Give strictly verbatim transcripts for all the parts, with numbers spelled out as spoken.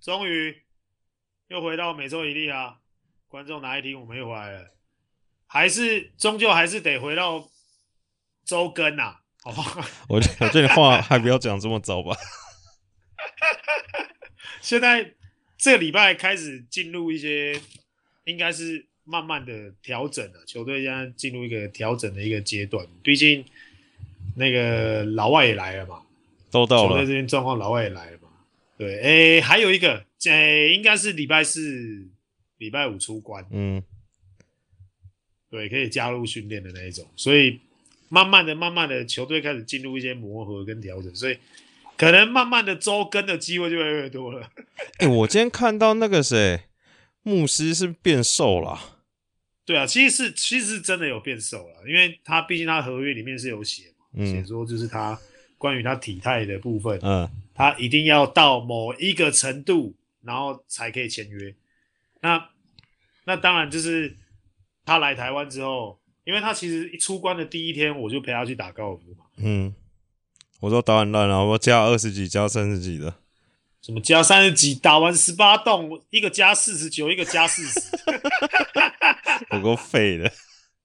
终于又回到每周一例啊！观众哪一题我们又回来了，还是终究还是得回到周更呐、啊，好不好？ 我觉得我觉得你话还不要讲这么早吧。 现在这个礼拜开始进入一些，应该是慢慢的调整了。球队现在进入一个调整的一个阶段，毕竟那个老外也来了嘛， 都到了。 球队这边状况老外也来了嘛。对，诶，还有一个，诶，应该是礼拜四、礼拜五出关， 嗯， 对，可以加入训练的那一种，所以慢慢的、慢慢的，球队开始进入一些磨合跟调整，所以可能慢慢的周更的机会就越来越多了。 哎、欸，我今天看到那个谁，牧师是变瘦了、啊。 对啊，其实是其实是真的有变瘦了，因为他毕竟他合约里面是有写嘛，写、嗯、说就是他关于他体态的部分，嗯，他一定要到某一个程度，然后才可以签约。那那当然就是他来台湾之后，因为他其实一出关的第一天，我就陪他去打高尔夫嘛。 嗯，我说打很烂啊，我加二十几，加三十几的。 什么加三十几？打完十八洞，一个加四十九，一个加四十， 我够废的。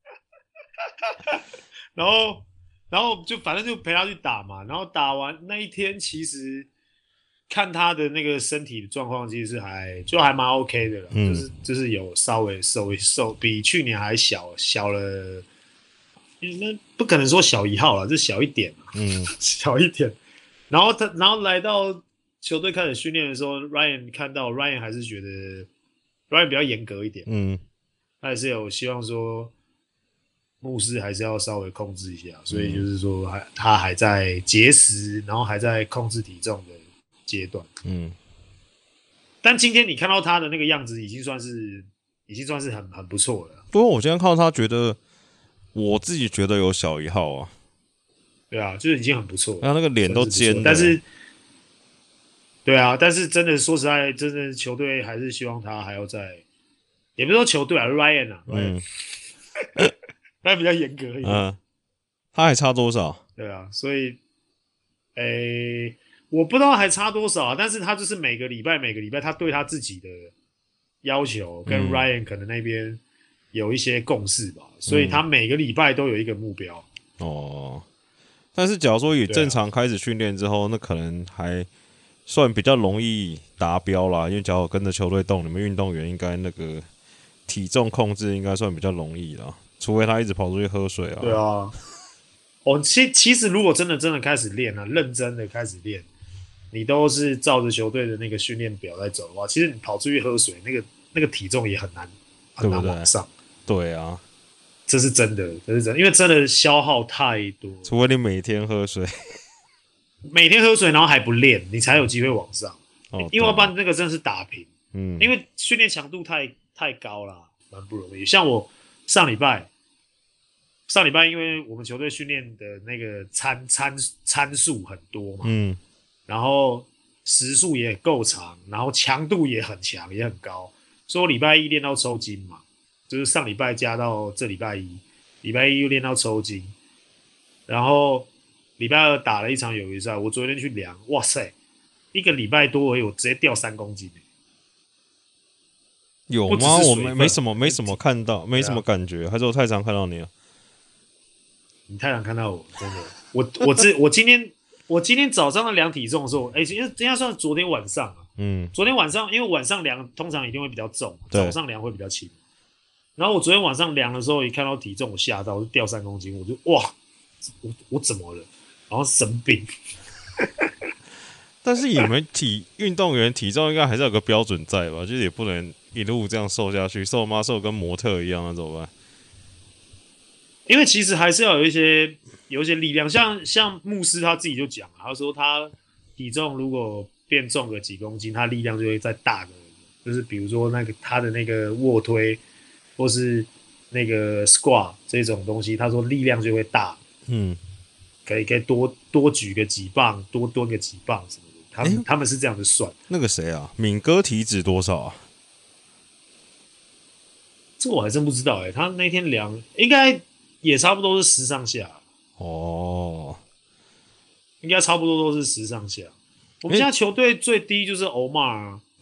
然后，然后就反正就陪他去打嘛。然后打完那一天，其实看他的那个身体的状况，其实是还就还蛮 OK 的了，嗯、就是就是有稍微瘦一瘦，比去年还小小了。那不可能说小一号了，就小一点嘛，嗯，小一点。然后他，然后来到球队开始训练的时候 ，Ryan 看到 Ryan 还是觉得 Ryan 比较严格一点，嗯，他还是有希望说牧师还是要稍微控制一下，所以就是说还他还在节食，然后还在控制体重的阶段，嗯。但今天你看到他的那个样子，已经算是已经算是很很不错了。 不过我今天看到他，觉得我自己觉得有小一号啊。 对啊，就是已经很不错了。 他那个脸都尖的， 但是，对啊，但是真的说实在，真的球队还是希望他还要在，也不是说球队啊 ，Ryan 啊 ，Ryan，他、嗯、比较严格一点。嗯， 他还差多少？ 对啊，所以，诶，我不知道还差多少、啊，但是他就是每个礼拜每个礼拜，他对他自己的要求跟 Ryan 可能那边有一些共识吧，嗯、所以他每个礼拜都有一个目标。 哦。但是，假如说以正常开始训练之后，啊、那可能还算比较容易达标啦。因为假如跟着球队动，你们运动员应该那个体重控制应该算比较容易啦。除非他一直跑出去喝水啊。 对啊。哦，其其实如果真的真的开始练啊，认真的开始练，你都是照着球队的那个训练表在走的话，其实你跑出去喝水，那个那个体重也很难很难往上。 对, 对啊。 这是真的，这是真的，因为真的消耗太多。 除非你每天喝水， 每天喝水，然后还不练，你才有机会往上。哦、因为要不然那个真的是打平。嗯，因为训练强度太太高了，蛮不容易。像我上礼拜，上礼拜因为我们球队训练的那个参参参数很多嘛，嗯，然后时数也够长，然后强度也很强，也很高，所以我礼拜一练到抽筋嘛。就是上礼拜加到这礼拜一，礼拜一又练到抽筋，然后礼拜二打了一场友谊赛。我昨天去量，哇塞，一个礼拜多而已，我直接掉三公斤。 有吗？我没没什么没什么看到，没什么感觉，啊、还是我太常看到你了？ 你太常看到我，真的。我我这我今天我今天早上量体重的时候，哎、欸，应该算昨天晚上啊。嗯，昨天晚上因为晚上量通常一定会比较重，早上量会比较轻。然后我昨天晚上量的时候，一看到体重，我吓到，我就掉三公斤，我就哇，我我怎么了？然后生病。 但是你们体运动员体重应该还是有个标准在吧？就是也不能一路这样瘦下去，瘦妈瘦跟模特一样，那怎么办？ 因为其实还是要有一些有一些力量，像像牧师他自己就讲，他说他体重如果变重个几公斤，他力量就会再大个，就是比如说那个他的那个卧推。或是那个 squat 这种东西，他说力量就会大，嗯，可以可以多多举个几磅，多蹲个几磅什么的，他们、欸、他们是这样子算。 那个谁啊，敏哥体脂多少啊？ 这个我还真不知道哎、欸，他那天量应该也差不多是十上下。哦，应该差不多都是十上下。我们现在球队最低就是欧马啊。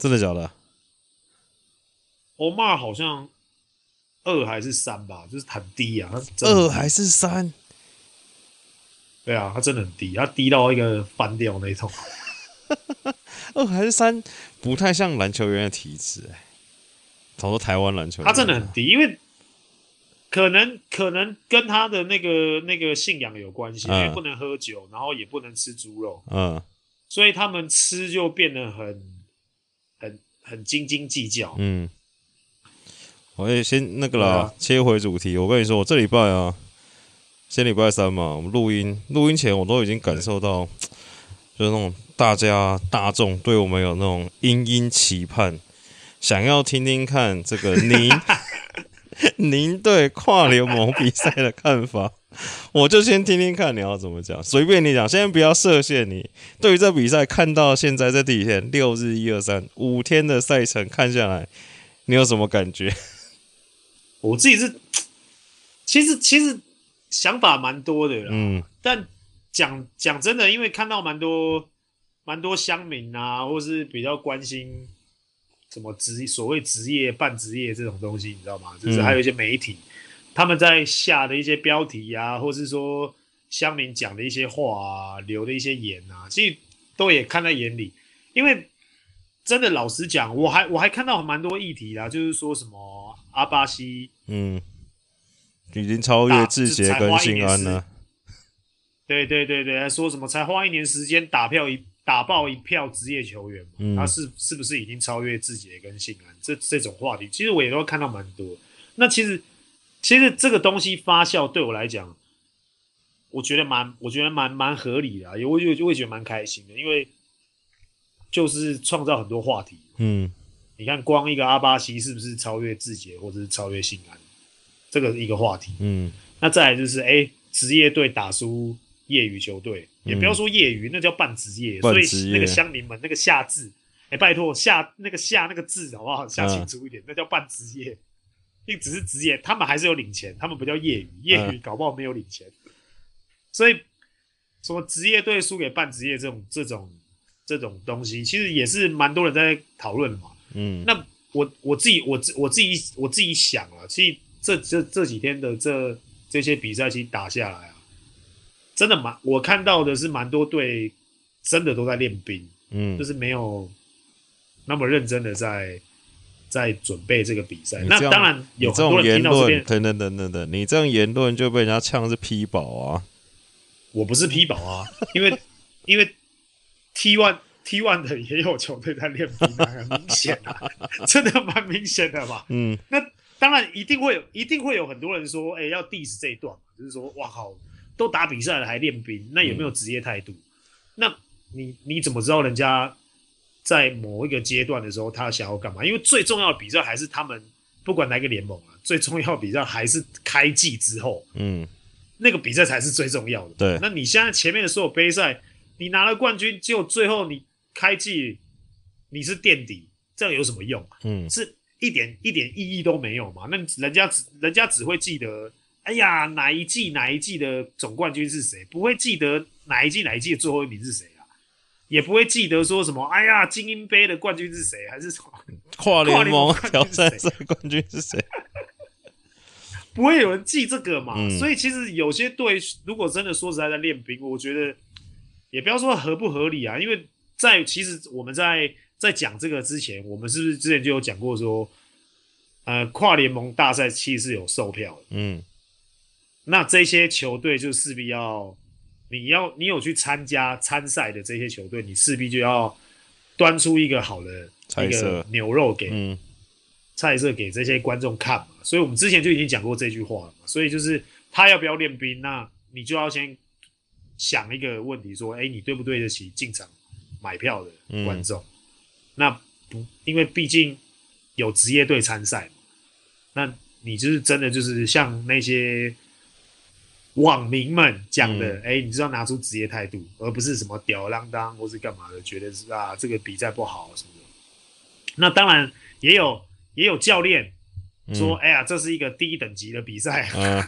真的假的？ 欧马好像二还是三吧，就是很低啊，他二还是三？ 对啊，他真的很低，他低到一个翻掉那种。 二还是三，不太像篮球员的体质哎、欸。他说台湾篮球员， 他真的很低，因为可能可能跟他的那个那个信仰有关系，嗯、因为不能喝酒，然后也不能吃猪肉，嗯，所以他们吃就变得很很很斤斤计较。嗯， 我也先那个啦，啊、切回主题。我跟你说，我这礼拜啊，先礼拜三嘛，我们录音录音前我都已经感受到，就是那种大家大众对我们有那种殷殷期盼，想要听听看这个您您对跨联盟比赛的看法。我就先听听看你要怎么讲，随便你讲，先不要设限你。对于这比赛看到现在这第几天，六日一二三五天的赛程看下来，你有什么感觉？ 我自己是，其实其实想法蛮多的啦，嗯，但讲讲真的，因为看到蛮多蛮多乡民啊，或是比较关心什么职所谓职业、半职业这种东西，你知道吗？就是还有一些媒体。嗯，他们在下的一些标题啊，或是说乡民讲的一些话啊，留的一些言啊，其实都也看在眼里。因为真的老实讲，我还我还看到蛮多议题啦，就是说什么阿巴西，嗯， 已经超越志杰跟信安了。 对对对对，说什么才花一年时间打票一打爆一票职业球员嘛，嗯，他是是不是已经超越志杰跟信安？这这种话题，其实我也都看到蛮多。那其实。其实这个东西发酵对我来讲，我觉得蛮，我觉得蛮蛮合理的、啊，我就就会觉得蛮开心的，因为就是创造很多话题。嗯，你看光一个阿巴西是不是超越志杰或者是超越信安，这个一个话题。嗯，那再来就是，哎，职业队打输业余球队，也不要说业余，那叫半职业，所以那个乡民们那个下字，哎，拜托下那个下那个字好不好？下清楚一点，嗯、那叫半职业。因为只是职业，他们还是有领钱，他们不叫业余，业余搞不好没有领钱，嗯、所以什么职业队输给半职业这种这种这种东西，其实也是蛮多人在讨论嘛。嗯，那我我自己我我自己我自己想啊，其实这这这几天的这这些比赛其实打下来啊，真的蛮我看到的是蛮多队真的都在练兵，嗯，就是没有那么认真的在。在准备这个比赛，那当然有很多人听到这边， 等等等等等，你这样言论就被人家呛是批宝啊！ 我不是批宝啊，因为因为 T 一 T 一 的也有球队在练兵，很明显啊，真的蛮明显的嘛。嗯，那当然一定会有，一定会有很多人说，哎、欸，要 diss 这一段，就是说，哇靠，都打比赛了还练兵，那有没有职业态度？嗯、那你你怎么知道人家？在某一个阶段的时候，他想要干嘛？因为最重要的比赛还是他们不管哪个联盟啊，最重要的比赛还是开季之后，嗯，那个比赛才是最重要的。 对， 那你现在前面的所有杯赛，你拿了冠军，结果最后你开季你是垫底，这样有什么用？嗯，是一点一点意义都没有嘛？那人家只人家只会记得，哎呀，哪一季哪一季的总冠军是谁，不会记得哪一季哪一季的最后一名是谁。也不会记得说什么，哎呀，精英杯的冠军是谁，还是什么跨联盟挑战赛冠军是谁？ 不会有人记这个嘛？嗯、所以其实有些队如果真的说实在在练兵，我觉得也不要说合不合理啊，因为在其实我们在在讲这个之前，我们是不是之前就有讲过说，呃，跨联盟大赛其实是有售票的，嗯，那这些球队就势必要。你要你有去参加参赛的这些球队，你势必就要端出一个好的一个牛肉给、嗯、菜色给这些观众看嘛。所以我们之前就已经讲过这句话了嘛。所以就是他要不要练兵，那你就要先想一个问题，说，哎，你对不对得起进场买票的观众？嗯、那不，因为毕竟有职业队参赛嘛，那你就是真的就是像那些。网民们讲的，哎、嗯欸，你知道拿出职业态度，而不是什么吊儿郎当或是干嘛的，觉得是啊这个比赛不好什么的。那当然也有也有教练说，哎、嗯、呀，这是一个低等级的比赛。嗯、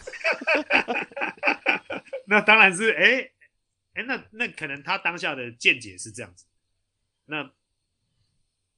那当然是，哎、欸、哎、欸，那那可能他当下的见解是这样子。那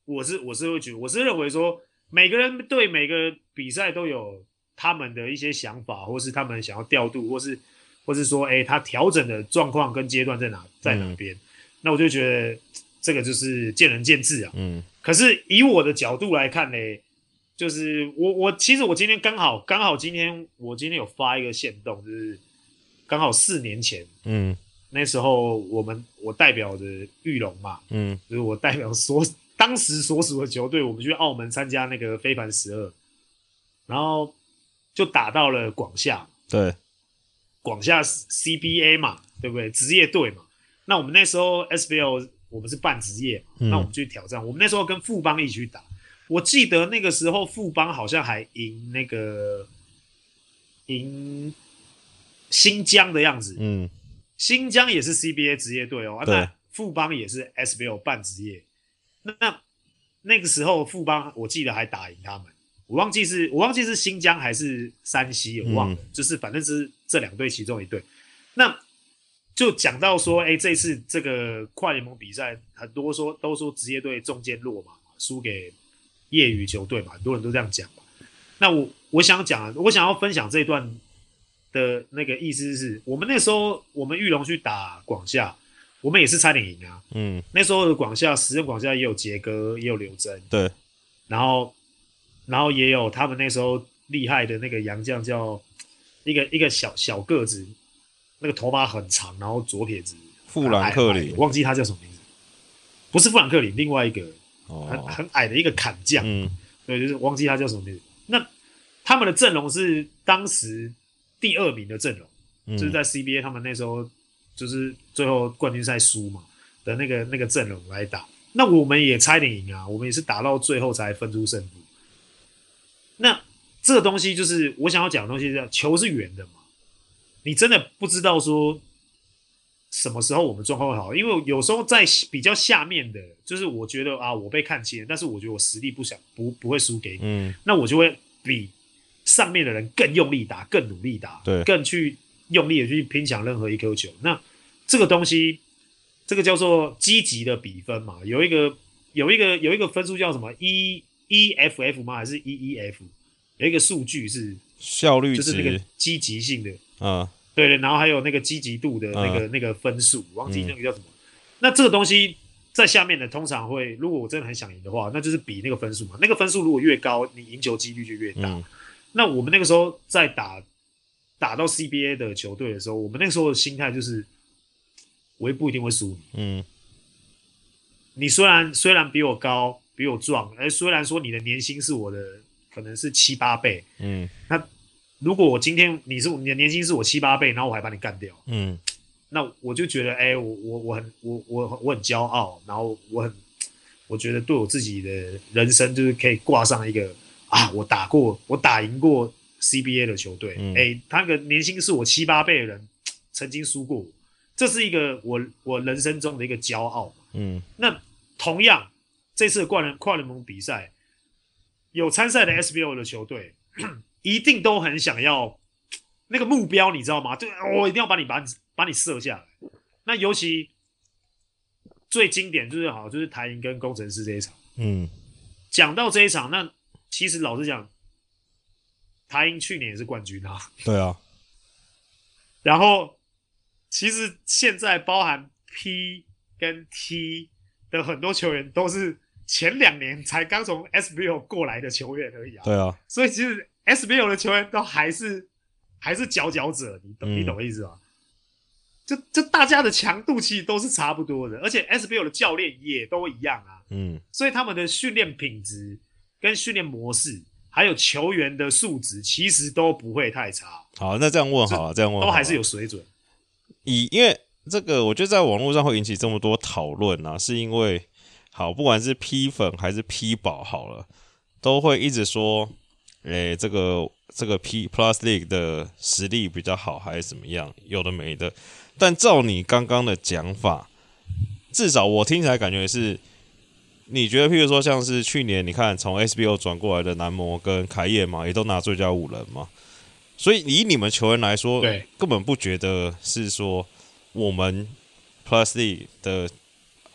我是我是会觉得，我是认为说，每个人对每个比赛都有他们的一些想法，或是他们想要调度，或是或是说，哎，他调整的状况跟阶段在哪在哪边？嗯、那我就觉得这个就是见仁见智啊。嗯。可是以我的角度来看呢，就是我我其实我今天刚好刚好今天我今天有发一个限动，就是刚好四年前，嗯，那时候我们我代表的裕隆嘛，嗯，就是我代表所当时所属的球队，我们去澳门参加那个飞盘十二，然后就打到了广厦， 对， 广厦 C B A 嘛，对不对？职业队嘛，那我们那时候 S B L 我们是半职业嘛，嗯、那我们就去挑战，我们那时候跟富邦一起去打。我记得那个时候富邦好像还赢那个赢新疆的样子，嗯，新疆也是 C B A 职业队哦，那富邦也是 S B L 半职业，那那那个时候富邦我记得还打赢他们，我忘记是我忘记是新疆还是山西，我忘了，嗯、就是反正是这两队其中一队。那就讲到说，哎，这次这个跨联盟比赛，很多说都说职业队中间落嘛，输给业余球队嘛，很多人都这样讲嘛。那我我想讲，我想要分享这一段的那个意思是，我们那时候我们裕隆去打广厦，我们也是差点赢啊。嗯，那时候的广厦，时任广厦也有杰哥，也有刘真， 对， 然后然后也有他们那时候厉害的那个洋将，叫一个一个小小个子，那个头发很长，然后左撇子， 富兰克林， 忘记他叫什么名字，不是富兰克林，另外一个。哦、很很矮的一个砍将，嗯，对，就是忘记他叫什么名字。那他们的阵容是当时第二名的阵容，嗯、就是在 C B A 他们那时候就是最后冠军赛输嘛的那个那个阵容来打。那我们也差一点赢啊，我们也是打到最后才分出胜负。那这个东西就是我想要讲的东西是，球是圆的嘛，你真的不知道说什么时候我们状况会好，因为有时候在比较下面的，就是我觉得啊，我被看清了，但是我觉得我实力不想不不会输给你，嗯，那我就会比上面的人更用力打，更努力打， 对， 更去用力的去拼抢任何一颗球。那这个东西，这个叫做积极的比分嘛，有一个有一个有一个分数叫什么 E E F F 吗？还是 E E F？ 有一个数据是效率值， 就是那个积极性的， 啊。 对对，然后还有那个积极度的那个、嗯、那个分数，忘记那个叫什么。嗯、那这个东西在下面的通常会，如果我真的很想赢的话，那就是比那个分数嘛。那个分数如果越高，你赢球几率就越大。嗯、那我们那个时候在打打到 C B A 的球队的时候，我们那个时候的心态就是，我也不一定会输你。嗯，你虽然虽然比我高，比我壮，哎，虽然说你的年薪是我的可能是七八倍，嗯，那。如果我今天你是你的年薪是我七八倍，然后我还把你干掉，嗯，那我就觉得，哎、欸，我我我很我我我很骄傲，然后我很我觉得对我自己的人生就是可以挂上一个啊，我打过我打赢过 C B A 的球队，哎、嗯欸，他那个年薪是我七八倍的人曾经输过我，这是一个我我人生中的一个骄傲，嗯，那同样这次的跨联跨联盟比赛有参赛的 S B L 的球队。一定都很想要那个目标，你知道吗？对，我一定要把你把你把你射下来。那尤其最经典就是好，就是台银跟工程师这一场。嗯，讲到这一场，那其实老实讲，台银去年也是冠军啊。 对啊。 然后其实现在包含 P 跟 T 的很多球员都是前两年才刚从 S B L 过来的球员而已啊。 对啊。 所以其实。S B L 的球员都还是还是佼佼者，你懂、嗯、你懂我意思吗？就就大家的强度其实都是差不多的，而且 S B L 的教练也都一样啊，嗯，所以他们的训练品质跟训练模式，还有球员的素质，其实都不会太差。 好，那这样问好了，这样问好都还是有水准。 以因为这个，我觉得在网络上会引起这么多讨论啊，是因为好，不管是 P 粉还是 P 宝好了，都会一直说。诶，这个这个 P Plus League 的实力比较好，还是怎么样？有的没的。但照你刚刚的讲法，至少我听起来感觉是，你觉得，譬如说像是去年你看从 S B O 转过来的南摩跟凯叶嘛，也都拿最佳五人嘛。所以以你们球员来说，根本不觉得是说我们 Plus League 的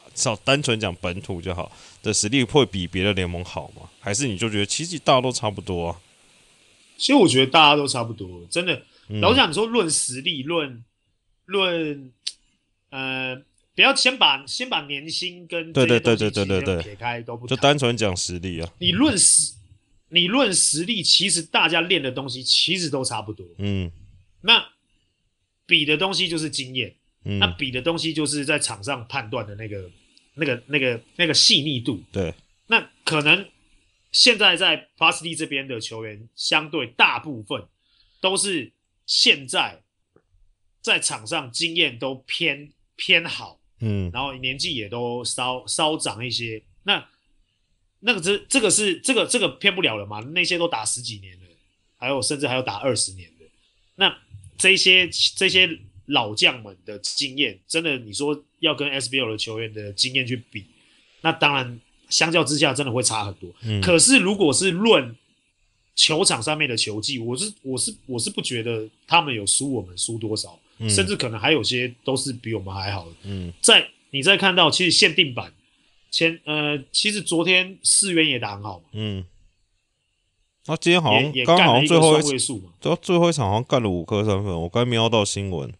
少单纯讲本土就好的实力会比别的联盟好吗？还是你就觉得其实大家都差不多啊？ 其实我觉得大家都差不多，真的。 嗯、 老实讲，你说论实力，论论呃，不要先把先把年薪跟这些东西其实撇开都不谈， 就单纯讲实力啊。 你论实，你论实力，其实大家练的东西其实都差不多。 嗯， 那比的东西就是经验， 嗯、 那比的东西就是在场上判断的那个、那个、那个、那个细腻度。 对， 那可能现在在 Plus D 这边的球员，相对大部分都是现在在场上经验都偏偏好， 嗯， 然后年纪也都稍稍长一些。那那个这这个是这个这个骗不了了嘛？那些都打十几年了，还有甚至还有打二十年的。那这些这些老将们的经验，真的你说要跟 S B L 的球员的经验去比，那当然相较之下真的会差很多。 嗯、 可是如果是论球场上面的球技，我是我是我是不觉得他们有输我们输多少， 嗯、 甚至可能还有些都是比我们还好的。 嗯， 在你再看到，其实限定版前呃，其实昨天四渊也打很好嘛。 嗯。他、啊、今天好像也刚好像最后一位数嘛， 对，最后一场好像干了五颗三分，我刚瞄到新闻。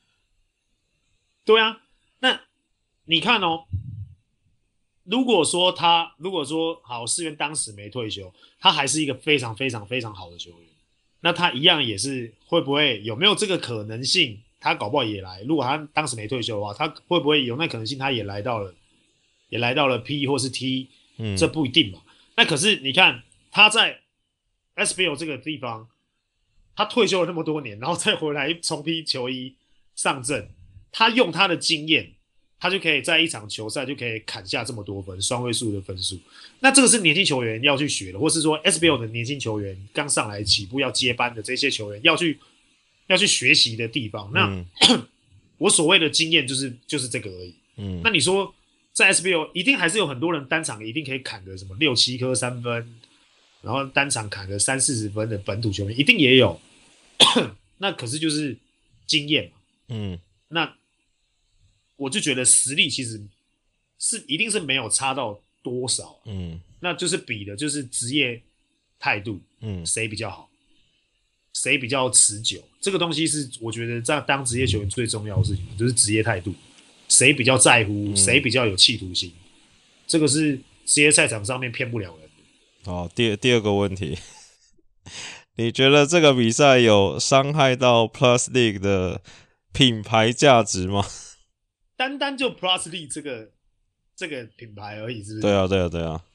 对啊，那你看哦，如果说他如果说好世渊当时没退休，他还是一个非常非常非常好的球员，那他一样也是会不会有没有这个可能性？他搞不好也来。如果他当时没退休的话，他会不会有那可能性？他也来到了，也来到了 P 或是 T， 嗯， 这不一定嘛。那可是你看他在 S B L 这个地方，他退休了那么多年，然后再回来重披球衣上阵，他用他的经验，他就可以在一场球赛就可以砍下这么多分，双位数的分数。那这个是年轻球员要去学的，或是说 S B L 的年轻球员刚上来起步要接班的这些球员要去要去学习的地方。那、嗯、我所谓的经验就是就是这个而已。 嗯， 那你说在 S B L 一定还是有很多人单场一定可以砍个什么六七颗三分。然后单场砍个三四十分的本土球员一定也有，那可是就是经验嘛。 嗯， 那我就觉得实力其实是一定是没有差到多少。 嗯， 那就是比的就是职业态度， 嗯， 谁比较好，谁比较持久，这个东西是我觉得在当职业球员最重要的事情，就是职业态度，谁比较在乎，谁、嗯、比较有企图心，这个是职业赛场上面骗不了人。 好，第第二个问题，你觉得这个比赛有伤害到 Plus League 的品牌价值吗？ 单单就 Plus League 这个这个品牌而已，是不是？ 对啊，对啊，对啊。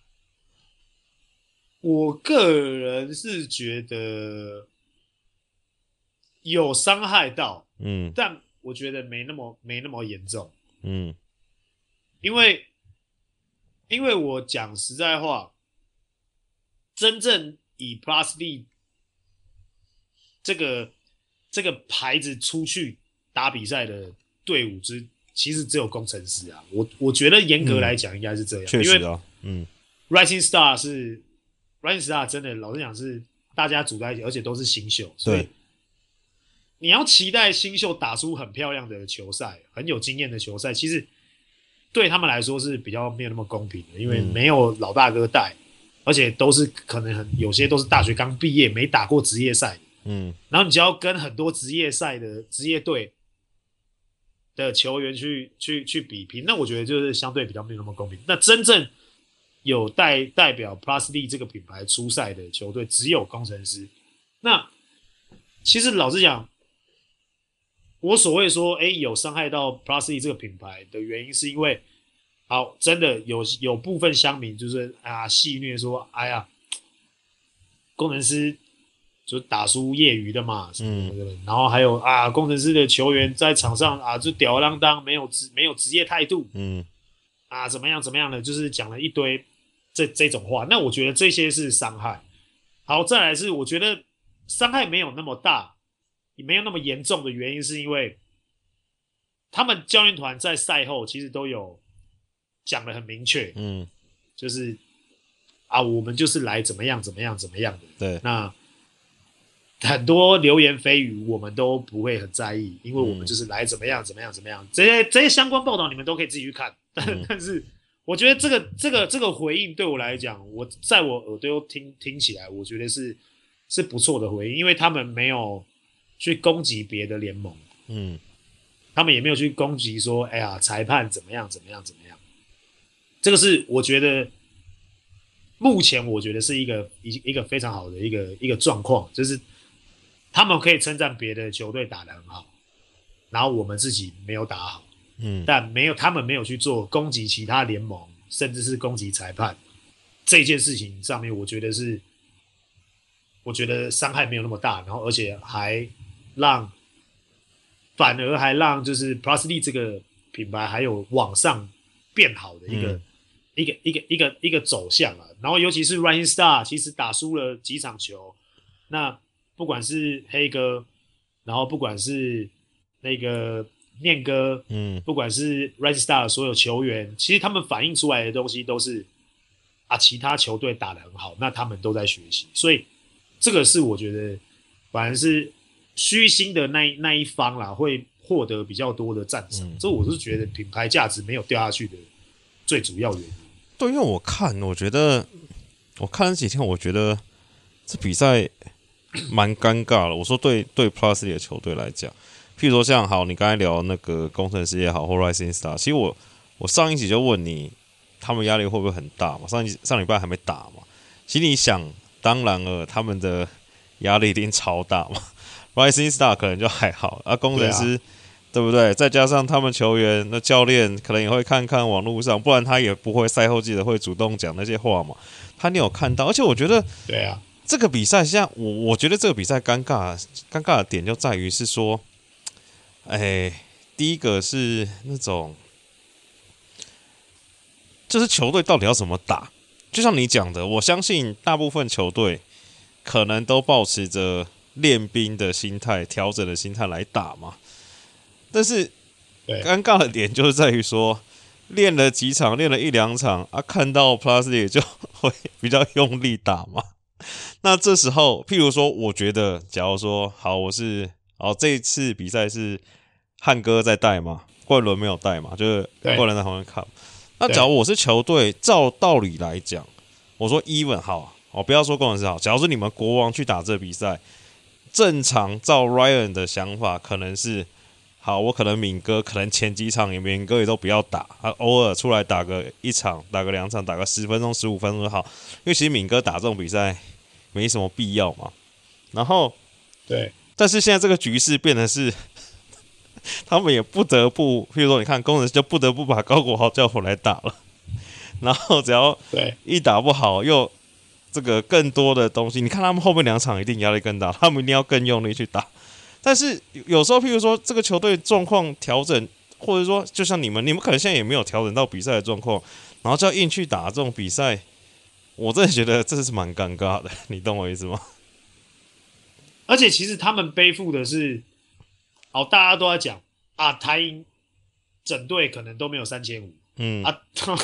我个人是觉得有伤害到， 嗯， 但我觉得没那么没那么严重， 嗯， 因为因为我讲实在话。真正以 Plus League 这个这个牌子出去打比赛的队伍之，其实只有工程师啊。我我觉得严格来讲应该是这样， 确、嗯、实啊，嗯 ，Rising Star 是 Rising Star 真的老实讲是大家组在一起，而且都是新秀，所以你要期待新秀打出很漂亮的球赛，很有经验的球赛，其实对他们来说是比较没有那么公平的，因为没有老大哥带。而且都是可能很有些都是大学刚毕业没打过职业赛， 嗯， 然后你就要跟很多职业赛的职业队的球员去去去比拼，那我觉得就是相对比较没有那么公平。那真正有代代表 Plus League 这个品牌出赛的球队只有工程师。那其实老实讲，我所谓说，哎，有伤害到 Plus League 这个品牌的原因，是因为。好，真的有有部分乡民就是啊戏谑说，哎呀，工程师就打输业余的嘛，什么的、嗯、然后还有啊，工程师的球员在场上啊就吊儿郎当，没有职没有职业态度， 嗯， 啊怎么样怎么样的，就是讲了一堆这这种话。那我觉得这些是伤害。好，再来是我觉得伤害没有那么大，也没有那么严重的原因，是因为他们教练团在赛后其实都有。讲得很明确， 嗯， 就是啊，我们就是来怎么样怎么样怎么样的。 对， 那很多流言蜚语我们都不会很在意，因为我们就是来怎么样怎么样怎么样，这些这些相关报道你们都可以自己去看。但、嗯、但是我觉得这个这个这个回应对我来讲，我在我耳朵听听起来，我觉得是是不错的回应，因为他们没有去攻击别的联盟，嗯，他们也没有去攻击说，哎呀，裁判怎么样怎么样怎么样。这个是我觉得目前我觉得是一个一一个非常好的一个一个状况，就是他们可以称赞别的球队打得很好，然后我们自己没有打好，嗯，但没有他们没有去做攻击其他联盟，甚至是攻击裁判这件事情上面，我觉得是我觉得伤害没有那么大，然后而且还让反而还让就是 Plus Lee 这个品牌还有往上变好的一个、嗯、一个一个一个一个走向啊。然后尤其是 Rising Star 其实打输了几场球，那不管是黑哥，然后不管是那个念哥，嗯，不管是 Rising Star 的所有球员，其实他们反映出来的东西都是啊，其他球队打得很好，那他们都在学习，所以这个是我觉得反而是虚心的那那一方啦，会获得比较多的赞赏。嗯、这我是觉得品牌价值没有掉下去的最主要原因。 对，因为我看，我觉得我看了几天，我觉得这比赛蛮尴尬的。我说对对 Plus 里的球队来讲，譬如说像好，你刚才聊那个工程师也好，或 Rising Star， 其实我我上一集就问你，他们压力会不会很大嘛？上一上礼拜还没打嘛，其实你想，当然了，他们的压力一定超大嘛。Rising Star 可能就还好，啊，工程师 对,、啊、对不对？再加上他们球员、那教练可能也会看看网络上，不然他也不会赛后记者会主动讲那些话嘛。他你有看到，而且我觉得， 对啊， 这个比赛像我，我觉得这个比赛尴尬，尴尬的点就在于是说，哎，第一个是那种，就是球队到底要怎么打？就像你讲的，我相信大部分球队可能都抱持着练兵的心态、调整的心态来打嘛。但是尴尬的点就是在于说，练了几场，练了一两场啊，看到 Plus 也就会比较用力打嘛。那这时候，譬如说，我觉得，假如说，好，我是，哦，这一次比赛是汉哥在带嘛，冠伦没有带嘛，就是冠伦在旁边看。那假如我是球队，照道理来讲，我说 even 好，哦，不要说工程师好，假如说你们国王去打这比赛，正常照 Ryan 的想法，可能是好，我可能敏哥可能前几场也敏哥也都不要打，他偶尔出来打个一场，打个两场，打个十分钟、十五分钟就好，因为其实敏哥打这种比赛没什么必要嘛。然后， 对， 但是现在这个局势变得是。他们也不得不，譬如说，你看工程师就不得不把高国豪叫回来打了，然后只要一打不好，又这个更多的东西，你看他们后面两场一定压力更大，他们一定要更用力去打。但是有时候，譬如说这个球队状况调整，或者说就像你们，你们可能现在也没有调整到比赛的状况，然后就要硬去打这种比赛，我真的觉得这是蛮尴尬的，你懂我意思吗？ 而且其实他们背负的是。好，大家都在讲啊，台银整队可能都没有三千五，嗯啊，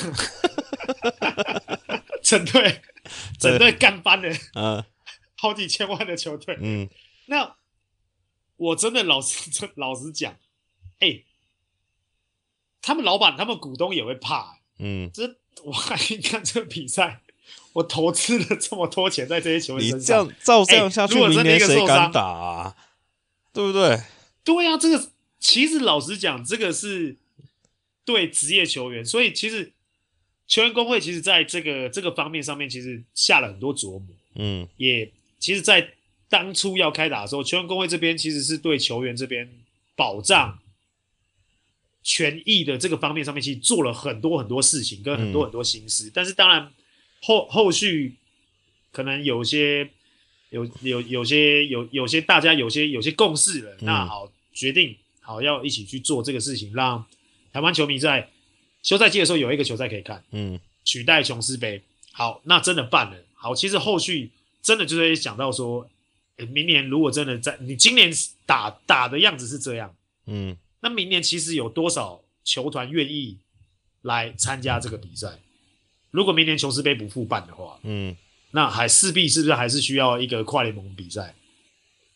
整队整队干翻了，嗯，好几千万的球队，嗯，那我真的老实老实讲，哎、欸，他们老板、他们股东也会怕、欸，嗯，这我你看这个比赛，我投资了这么多钱在这些球员身上， 你这样照这样下去，欸、明年谁敢打啊？对不对？ 对啊，这个其实老实讲，这个是对职业球员，所以其实球员工会其实在这个这个方面上面，其实下了很多琢磨。嗯，也其实，在当初要开打的时候，球员工会这边其实是对球员这边保障权益的这个方面上面，其实做了很多很多事情，跟很多很多心思。嗯、但是当然后后续可能有些。有有有些有有些大家有些有些共识了，嗯、那好决定好要一起去做这个事情，让台湾球迷在休赛季的时候有一个球赛可以看，嗯，取代琼斯杯。好，那真的办了。好，其实后续真的就会想到说，欸、明年如果真的在你今年打打的样子是这样，嗯，那明年其实有多少球团愿意来参加这个比赛？如果明年琼斯杯不复办的话，嗯。那还势必是不是还是需要一个跨联盟比赛？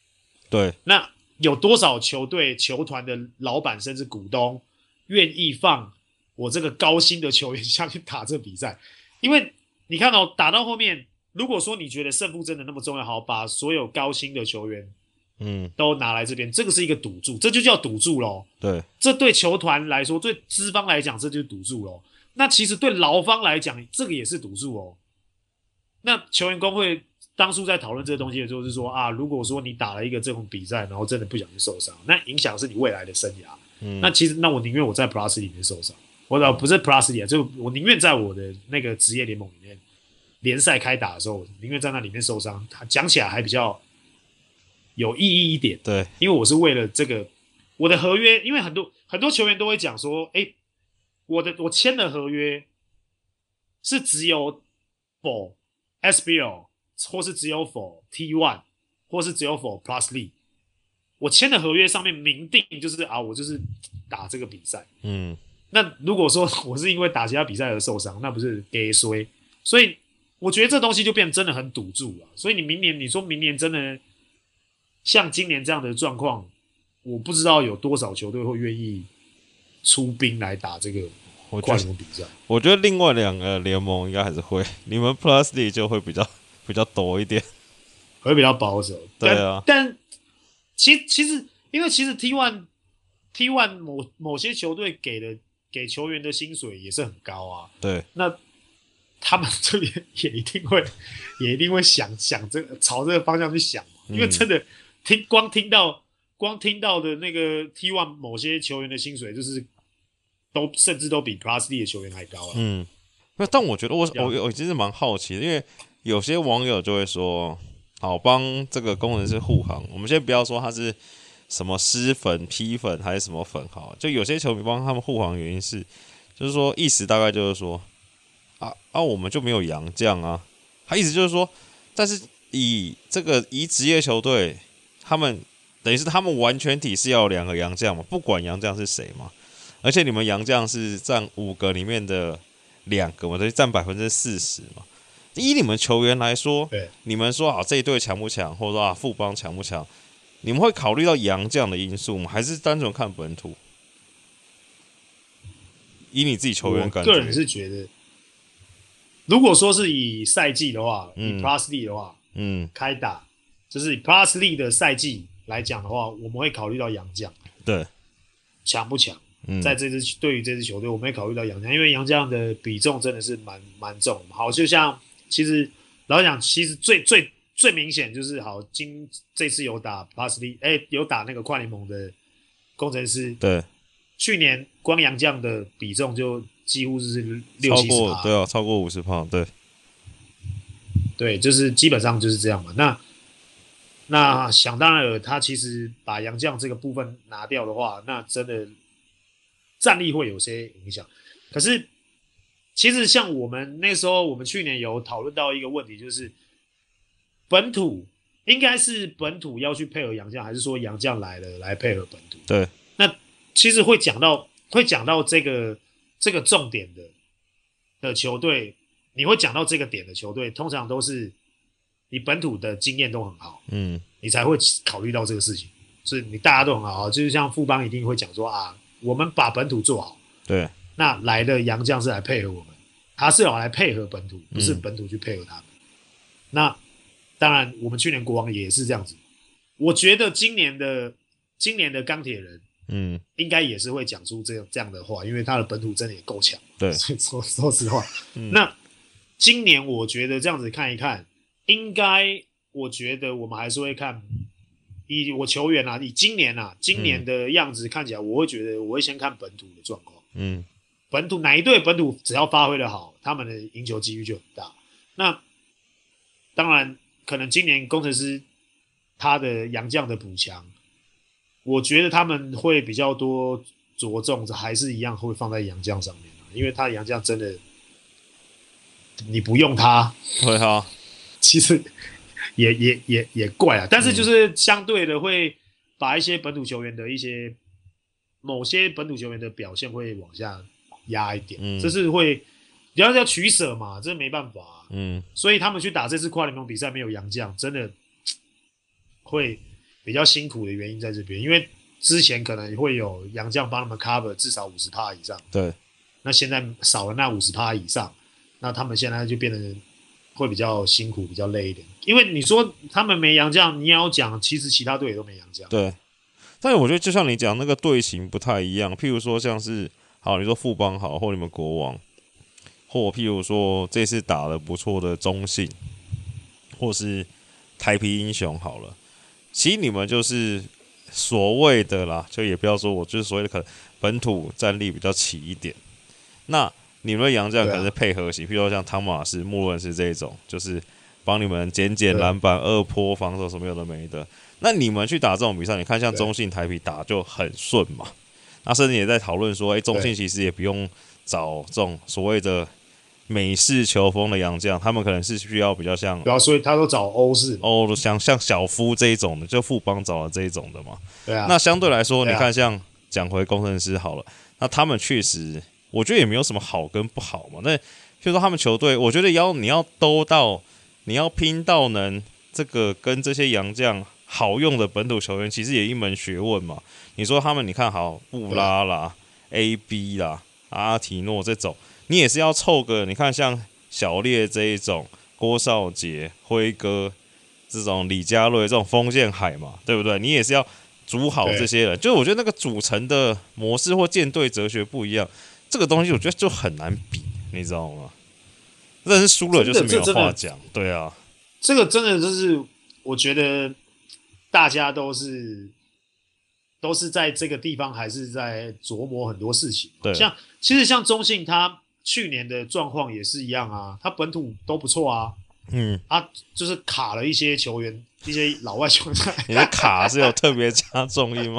对， 那有多少球队、球团的老板甚至股东愿意放我这个高薪的球员下去打这比赛？因为你看哦，打到后面，如果说你觉得胜负真的那么重要，好，把所有高薪的球员，嗯，都拿来这边，这个是一个赌注，这就叫赌注咯。 对， 这对球团来说，对资方来讲，这就是赌注咯。那其实对劳方来讲，这个也是赌注哦。那球员工会当初在讨论这个东西的时候，是说啊，如果说你打了一个这种比赛，然后真的不小心受伤，那影响是你未来的生涯。嗯，那其实那我宁愿我在 Plus 里面受伤，我不是 Plus 里啊，就我宁愿在我的那个职业联盟里面，联赛开打的时候，我宁愿在那里面受伤，讲起来还比较有意义一点。 对， 因为我是为了这个我的合约，因为很多很多球员都会讲说，哎，我的我签的合约是只有 for S B L。或是只有 for T 一 或是只有 for Plus League， 我签的合约上面明定就是啊，我就是打这个比赛。嗯，那如果说我是因为打其他比赛而受伤，那不是给衰？所以我觉得这东西就变真的很赌注了。所以你明年，你说明年真的像今年这样的状况，我不知道有多少球队会愿意出兵来打这个跨联盟比赛。 我觉得另外两个联盟应该还是会，你们 Plus League 就会比较。比较多一点， 会比较保守。 对啊， 但其其实因为其实 T 一 T 一 某某些球队给的给球员的薪水也是很高啊。 对， 那他们这边也一定会也一定会想想这个朝这个方向去想，因为真的听光听到光听到的那个 T 一 某些球员的薪水，就是都甚至都比 Plus D 的球员还高啊。 嗯，但我觉得我我我其实蛮好奇的，因为。有些网友就会说：“好，帮这个工程师护航。我们先不要说他是什么施粉、批粉还是什么粉，好，就有些球迷帮他们护航的原因是，就是说意思大概就是说，啊啊，我们就没有洋将啊。他意思就是说，但是以这个以职业球队，他们等于是他们完全体是要有两个洋将嘛，不管洋将是谁嘛，而且你们洋将是占五个里面的两个嘛，等于占百分之四十嘛。”以你们球员来说，你们说啊这一队强不强，或者说啊富邦强不强，你们会考虑到洋将的因素吗？还是单纯看本土？以你自己球员感觉， 我个人是觉得，如果说是以赛季的话，嗯、以 Plus League 的话，嗯，开打就是以 Plus League 的赛季来讲的话，我们会考虑到洋将， 对， 强不强？嗯、在这支对于这支球队，我们会考虑到洋将，因为洋将的比重真的是蛮蛮重的。好，就像。其实老实讲，其实最最最明显就是好，今这次有打 Plus League， 哎，有打那个跨联盟的工程师。 对， 去年光洋将的比重就几乎是六七十趴， 对啊，超过五十趴，对， 对，就是基本上就是这样嘛。那那想当然了，他其实把洋将这个部分拿掉的话，那真的战力会有些影响。可是。其实像我们那时候，我们去年有讨论到一个问题，就是本土应该是本土要去配合洋将，还是说洋将来了来配合本土？ 对， 那其实会讲到会讲到这个这个重点的的球队，你会讲到这个点的球队，通常都是你本土的经验都很好，嗯，你才会考虑到这个事情。是你大家都很好，就是像富邦一定会讲说啊，我们把本土做好， 对。 那来的洋将是来配合我们，他是要来配合本土，不是本土去配合他们。嗯、那当然，我们去年国王也是这样子。我觉得今年的今年的钢铁人，嗯，应该也是会讲出这样这样的话，因为他的本土真的也够强。 对， 所以说说实话，嗯、那今年我觉得这样子看一看，应该我觉得我们还是会看。以我球员啊，以今年啊，今年的样子看起来，我会觉得我会先看本土的状况。嗯。本土哪一队本土只要发挥的好，他们的赢球几率就很大。那当然，可能今年工程师他的洋将的补强，我觉得他们会比较多着重，还是一样会放在洋将上面，因为他的洋将真的，你不用他， 对啊， 其实也也也也怪啊。但是就是相对的会把一些本土球员的一些某些本土球员的表现会往下。压一点，嗯、这是会，你要要取舍嘛，这没办法、啊，嗯，所以他们去打这次跨联盟比赛没有洋将，真的会比较辛苦的原因在这边，因为之前可能会有洋将帮他们 cover 至少 百分之五十 以上， 对， 那现在少了那 百分之五十 以上，那他们现在就变得会比较辛苦，比较累一点。因为你说他们没洋将，你也要讲，其实其他队也都没洋将。 对，但是我觉得就像你讲那个队形不太一样，譬如说像是好，你说富邦好，或你们国王，或譬如说这次打得不错的中信，或是台啤英雄好了，其实你们就是所谓的啦，就也不要说我就是所谓的可能本土战力比较起一点，那你们的洋将可能是配合型，譬如说像汤马士、穆伦斯这一种，就是帮你们捡捡篮板、二波防守什么有的没的。那你们去打这种比赛，你看像中信、台啤打就很顺嘛。那甚至也在讨论说，哎、欸，中信其实也不用找这种所谓的美式球风的洋将，他们可能是需要比较像， 对啊，所以他都找欧式， 欧像像小夫这一种的，就富邦找的这一种的嘛。 对啊。 那相对来说，你看像讲回工程师好了，那他们确实，我觉得也没有什么好跟不好嘛。那譬如说他们球队，我觉得要你要兜到，你要拼到能这个跟这些洋将好用的本土球员，其实也一门学问嘛。你说他们，你看好布拉啦、A B 啦、阿提诺这种，你也是要凑个，你看像小烈这一种、郭少杰、辉哥这种、李佳瑞这种锋线海嘛，对不对？你也是要组好这些人，就是我觉得那个组成的模式或舰队哲学不一样，这个东西我觉得就很难比，你知道吗？但是输了就是没有话讲，对啊， 这个真的就是我觉得大家都是都是在这个地方还是在琢磨很多事情。 对， 像其实像中信他去年的状况也是一样啊，他本土都不错啊， 嗯， 他就是卡了一些球员，一些老外球员。 你的卡是有特别加重音吗？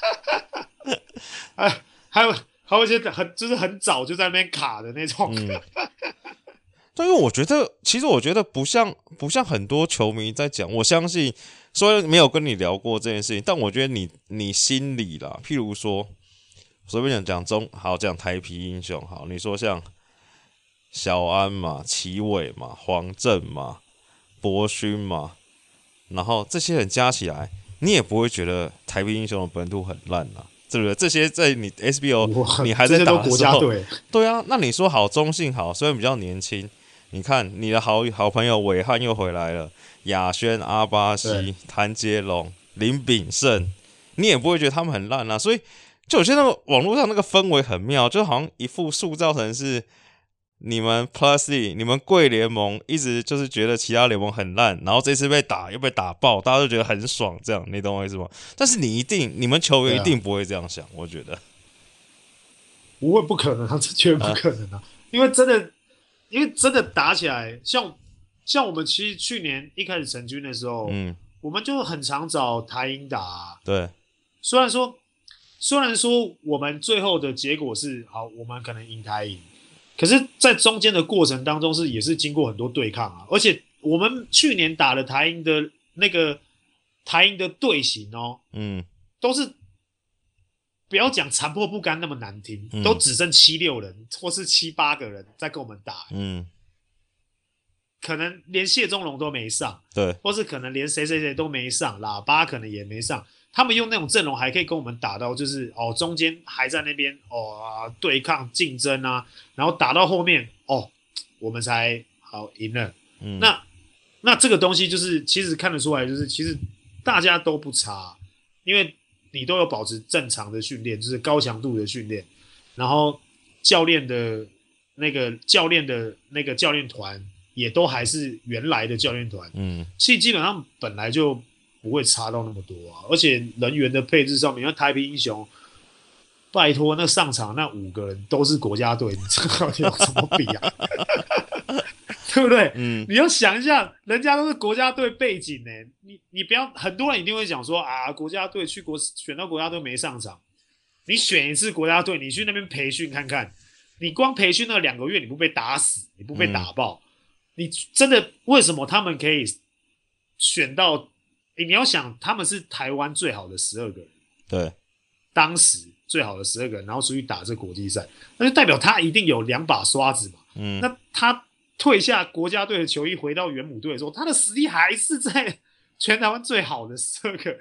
哎，还有还有一些很就是很早就在那边卡的那种。 嗯但因为我觉得，其实我觉得不像不像很多球迷在讲，我相信虽然没有跟你聊过这件事情，但我觉得你你心里啦，譬如说随便讲讲中好讲台啤英雄好，你说像小安嘛、齐伟嘛、黄正嘛、博勋嘛，然后这些人加起来，你也不会觉得台啤英雄的本土很烂啊。对不对？这些在你 S B O 你还在打的时候，对啊，那你说好中信好，虽然比较年轻，你看你的好好朋友伟汉又回来了，亚轩、阿巴西、谭杰龙、林炳胜，你也不会觉得他们很烂啊。所以就我觉得那个网络上那个氛围很妙，就好像一副塑造成是你们 Plus E 你们贵联盟一直就是觉得其他联盟很烂，然后这次被打又被打爆，大家都觉得很爽，这样你懂我意思吗？但是你一定你们球员一定不会这样想，我觉得不会，不可能啊，这绝对不可能啊！啊因为真的，因为真的打起来，像像我们其实去年一开始成军的时候，嗯，我们就很常找台英打、啊， 对， 虽然说虽然说我们最后的结果是好，我们可能赢台赢。可是，在中间的过程当中是也是经过很多对抗啊，而且我们去年打的台英的那个台英的队形哦，嗯，都是不要讲残破不甘那么难听，嗯、都只剩七六人或是七八个人在跟我们打，嗯，可能连谢宗龙都没上， 对， 或是可能连谁谁谁都没上，喇叭可能也没上。他们用那种阵容还可以跟我们打到，就是哦，中间还在那边哦、啊、对抗竞争啊，然后打到后面哦，我们才好赢了。嗯，那那这个东西就是其实看得出来，就是其实大家都不差，因为你都有保持正常的训练，就是高强度的训练，然后教练的那个教练的那个教练团也都还是原来的教练团。嗯，其实基本上本来就不会差到那么多啊，而且人员的配置上面，因为台啤英雄，拜托那上场那五个人都是国家队，你这到底有什么比啊？对不对？嗯，你要想一下，人家都是国家队背景呢、欸，你你不要，很多人一定会讲说啊，国家队去国选到国家队没上场，你选一次国家队，你去那边培训看看，你光培训那两个月，你不被打死，你不被打爆，嗯、你真的为什么他们可以选到？欸、你要想，他们是台湾最好的十二个人， 对， 当时最好的十二个人，然后出去打这国际赛，那就代表他一定有两把刷子嘛。嗯，那他退下国家队的球衣，回到原母队的时候，他的实力还是在全台湾最好的十二个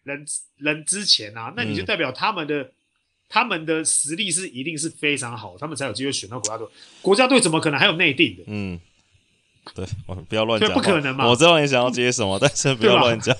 人人之前啊，那你就代表他们的、嗯、他们的实力是一定是非常好，他们才有机会选到国家队。国家队怎么可能还有内定的？ 嗯，对，我不要乱讲， 不可能嘛！ 我知道你想要接什么，但是不要乱讲。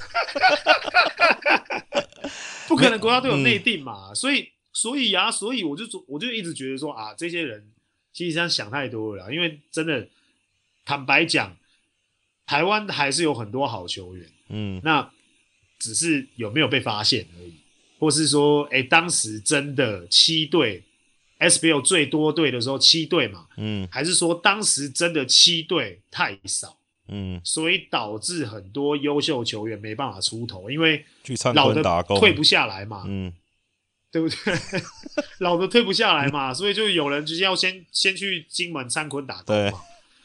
不可能国家队有内定嘛？嗯、所以，所以啊，所以我就我就一直觉得说啊，这些人其实这样想太多了啦，因为真的坦白讲，台湾还是有很多好球员，嗯，那只是有没有被发现而已，或是说，哎，当时真的七队 S B L 最多队的时候七队嘛，嗯，还是说当时真的七队太少？嗯，所以导致很多优秀球员没办法出头，因为老的退不下来嘛，嗯，对不对？老的退不下来嘛，所以就有人就是要先先去金门灿坤打工嘛，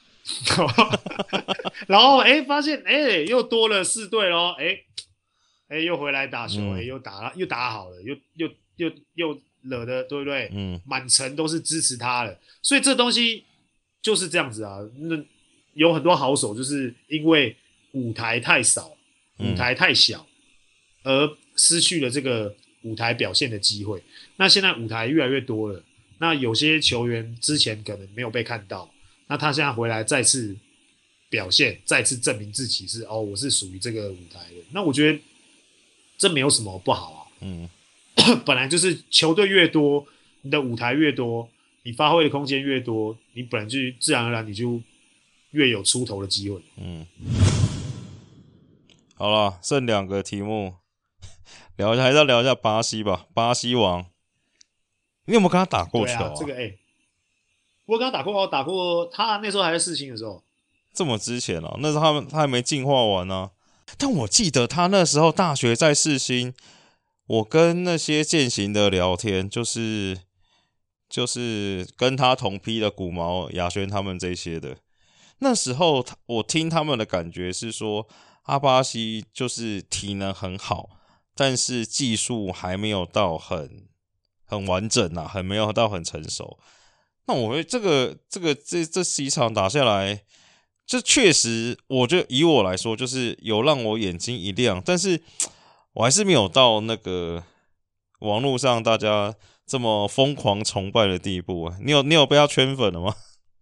然后哎发现哎又多了四队咯，哎哎又回来打球，哎、嗯、又打又打好了，又又又又惹的对不对？嗯，满城都是支持他了，所以这东西就是这样子啊，那。有很多好手就是因为舞台太少、舞台太小，而失去了这个舞台表现的机会。那现在舞台越来越多了，那有些球员之前可能没有被看到，那他现在回来再次表现，再次证明自己是哦，我是属于这个舞台的。那我觉得这没有什么不好啊。嗯，本来就是球队越多，你的舞台越多，你发挥的空间越多，你本来就自然而然你就越有出头的机会。嗯， 好了，剩两个题目，聊一下，还是要聊一下巴西吧。巴西王，你有没有跟他打过球啊？ 对啊，这个哎、欸，我跟他打过，我打过，他那时候还在世新的时候。 这么之前哦，那时候他们他还没进化完呢、啊。但我记得他那时候大学在世新，我跟那些健行的聊天，就是就是跟他同批的古毛、亚轩他们这些的。那时候我听他们的感觉是说，阿巴西就是体能很好，但是技术还没有到很很完整啊，很没有到很成熟。那我会这个这个这这几场打下来，就确实，我觉得以我来说，就是有让我眼睛一亮，但是我还是没有到那个网络上大家这么疯狂崇拜的地步啊。你有你有被他圈粉了吗？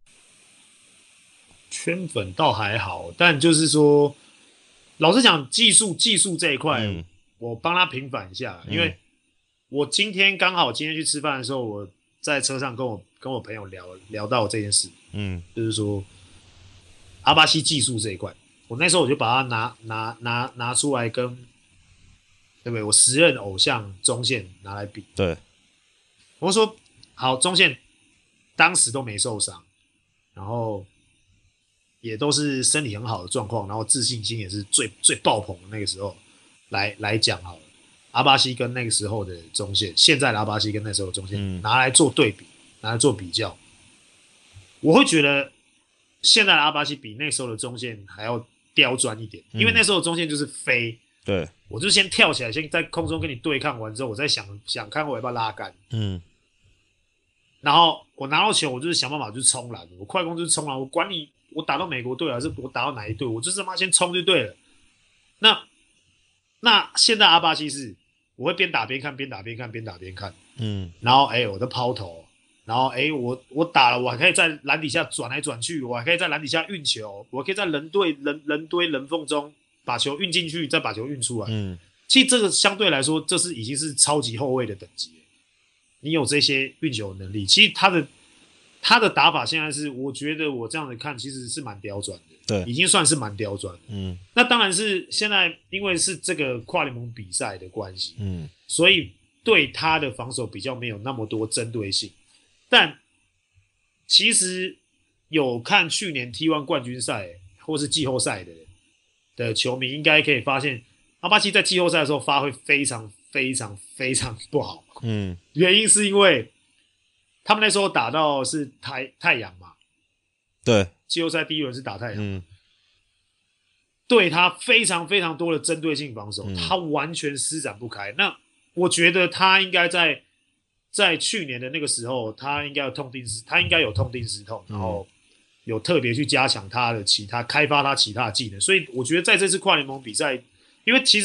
圈粉倒还好，但就是说，老实讲，技术技术这一块、嗯，我帮他平反一下、嗯，因为我今天刚好今天去吃饭的时候，我在车上跟我跟我朋友聊聊到这件事，嗯，就是说阿巴西技术这一块，我那时候我就把它拿拿拿拿出来跟，对不对？我时任偶像中线拿来比， 对， 我说好，中线当时都没受伤，然后也都是身体很好的状况，然后自信心也是最最爆棚的那个时候来来讲好了。阿巴西跟那个时候的中线，现在的阿巴西跟那时候的中线、嗯、拿来做对比，拿来做比较，我会觉得现在的阿巴西比那时候的中线还要刁钻一点，因为那时候的中线就是飞， 对， 我就先跳起来，先在空中跟你对抗完之后，我再想想看我要不要拉杆，嗯，然后我拿到球，我就是想办法就是冲篮，我快攻就是冲篮，我管你我打到美国队还是我打到哪一队，我就是他妈先冲就对了。那那现在阿巴西是，我会边打边看，边打边看，边打边看，嗯，然后哎、欸，我的抛投，然后哎、欸，我我打了，我还可以在篮底下转来转去，我还可以在篮底下运球，我可以在人堆人人堆人缝中把球运进去，再把球运出来，嗯，其实这个相对来说，这是已经是超级后卫的等级了。你有这些运球能力，其实他的他的打法现在是，我觉得我这样子看，其实是蛮刁钻的， 对， 已经算是蛮刁钻的。嗯，那当然是现在因为是这个跨联盟比赛的关系，嗯，所以对他的防守比较没有那么多针对性。但其实有看去年 T 一 冠军赛或是季后赛的的球迷，应该可以发现，阿巴西在季后赛的时候发挥非常非常非常不好。嗯，原因是因为他们那时候打到是太太阳嘛， 对， 季后赛第一轮是打太阳，嗯，对他非常非常多的针对性防守，嗯，他完全施展不开。那我觉得他应该在在去年的那个时候，他应该有痛定思，他应该有痛定思痛，然后有特别去加强他的其他开发他其他的技能。所以我觉得在这次跨联盟比赛，因为其实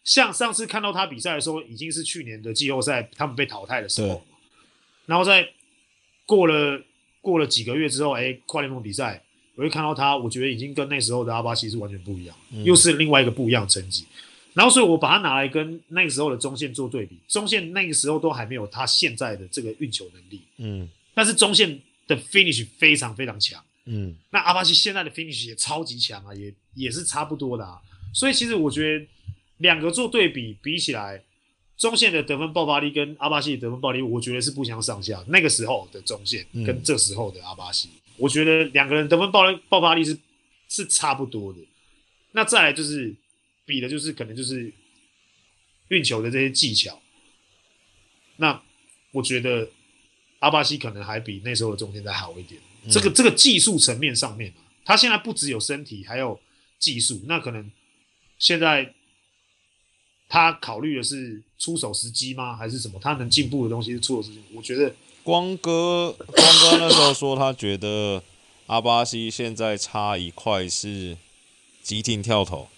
像上次看到他比赛的时候，已经是去年的季后赛他们被淘汰的时候， 对然后在过了过了几个月之后，哎，跨联盟比赛，我会看到他，我觉得已经跟那时候的阿巴西是完全不一样， 嗯、 又是另外一个不一样的成绩。然后，所以我把它拿来跟那个时候的中线做对比，中线那个时候都还没有他现在的这个运球能力， 嗯， 但是中线的 finish 非常非常强， 嗯， 那阿巴西现在的 finish 也超级强啊，也也是差不多的啊。所以其实我觉得两个做对比比起来，中线的得分爆发力跟阿巴西的得分爆发力，我觉得是不相上下。那个时候的中线跟这时候的阿巴西，嗯、我觉得两个人得分爆爆发力是是差不多的。那再来就是比的就是可能就是运球的这些技巧。那我觉得阿巴西可能还比那时候的中线再好一点。嗯、这个这个技术层面上面、啊，他现在不只有身体，还有技术。那可能现在他考虑的是出手时机吗？还是什么？他能进步的东西是出手时机？我觉得光哥，光哥那时候说他觉得阿巴西现在差一块是急停跳投。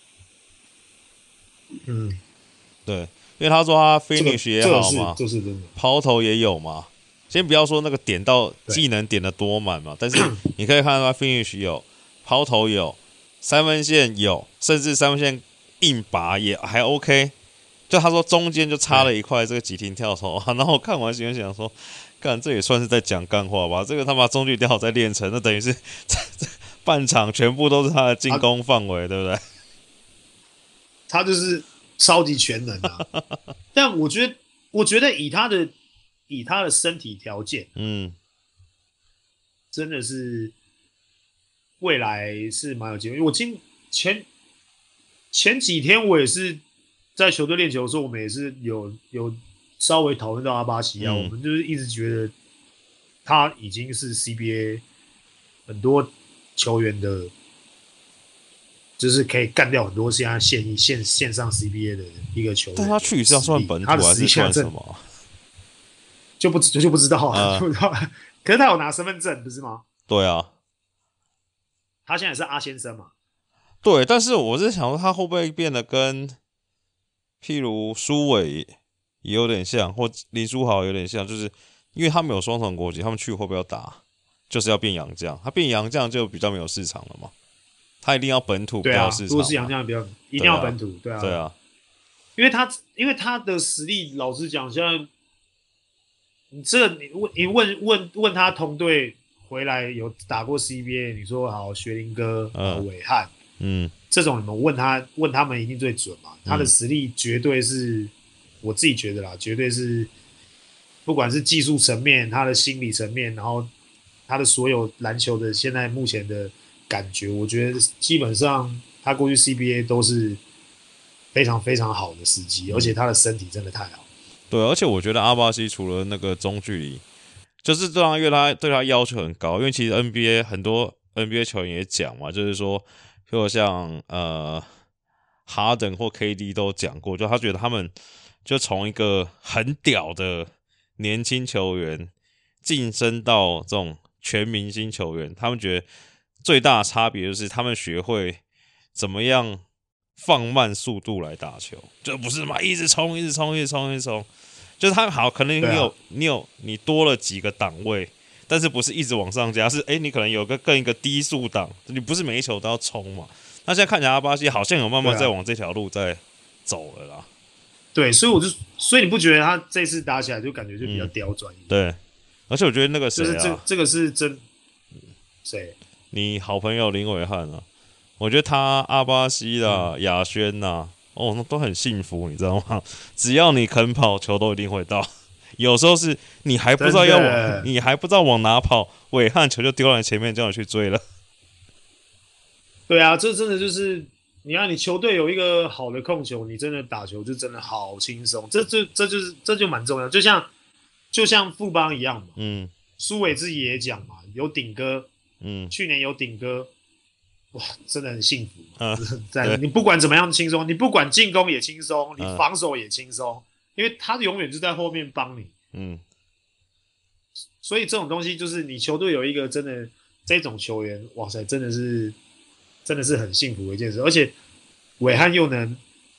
嗯， 对，因为他说他 finish 也好嘛， 这、这是真的， 抛投也有嘛。先不要说那个点到技能点的多满嘛，但是你可以看到他 finish 有，抛投有，三分线有，甚至三分线硬拔也还 OK。就他说中间就差了一块这个急停跳投，然后我看完心想说，干这也算是在讲干话吧？这个他妈中距跳在练成，那等于是半场全部都是他的进攻范围，对不对？ 他就是超级全能啊！但我觉得，我觉得以他的以他的身体条件， 嗯， 真的是未来是蛮有机会。我今前前几天我也是在球队练球的时候，我们也是有有稍微讨论到阿巴西啊，嗯、我们就是一直觉得他已经是 C B A 很多球员的。就是可以干掉很多现在现线线上 C B A 的一个球员， 但他去是要算本土还是算什么？ 就不就就不知道啊，不知道。可是他有拿身份证，不是吗？ 对啊， 他现在是阿先生嘛？ 对，但是我是想说，他会不会变得跟譬如苏伟也有点像，或林书豪有点像，就是因为他们有双重国籍，他们去会不会要打，就是要变洋将？他变洋将就比较没有市场了嘛。他一定要本土比较市场， 如果是洋将比较一定要本土，对啊， 对啊， 因为他因为他的实力，老实讲，现在你这个你问你问问问他同队回来有打过 C B A， 你说好学林哥、嗯、伟汉，嗯，这种你们问他问他们一定最准嘛，他的实力绝对是，我自己觉得啦，绝对是，不管是技术层面，他的心理层面，然后他的所有篮球的现在目前的。感觉我觉得基本上他过去 C B A 都是非常非常好的时机，而且他的身体真的太好。 对，而且我觉得阿巴西除了那个中距离，就是这样，因为他对他要求很高，因为其实 N B A 很多 N B A 球员也讲嘛，就是说，譬如像呃哈登或 K D 都讲过，就他觉得他们就从一个很屌的年轻球员晋升到这种全明星球员，他们觉得。最大的差别就是他们学会怎么样放慢速度来打球，就不是嘛一直冲、一直冲、一直冲、一直冲。就是他们好，可能你有、啊、你有你多了几个档位，但是不是一直往上加，是哎、欸、你可能有个更一个低速档，你不是每一球都要冲嘛。那现在看起来阿巴西好像有慢慢在往这条路在走了啦。 对，所以我就所以你不觉得他这次打起来就感觉就比较刁钻一点、 嗯？对，而且我觉得那个谁啊， 就是这这个是真谁？ 你好朋友林伟汉啊，我觉得他阿巴西啦、亚轩呐，哦，那都很幸福，你知道吗？只要你肯跑，球都一定会到。有时候是你还不知道要往，你还不知道往哪跑，伟汉球就丢在前面，叫你去追了。 对啊，这真的就是你看，你球队有一个好的控球，你真的打球就真的好轻松。这这这就是这就蛮重要，就像就像富邦一样嘛。嗯，苏伟自己也讲嘛，有顶哥。嗯，去年有顶哥，哇，真的很幸福。嗯，在你不管怎么样轻松，你不管进攻也轻松，你防守也轻松，因为他永远就在后面帮你。嗯，所以这种东西就是你球队有一个真的这种球员，哇塞，真的是真的是很幸福的一件事。而且伟汉又能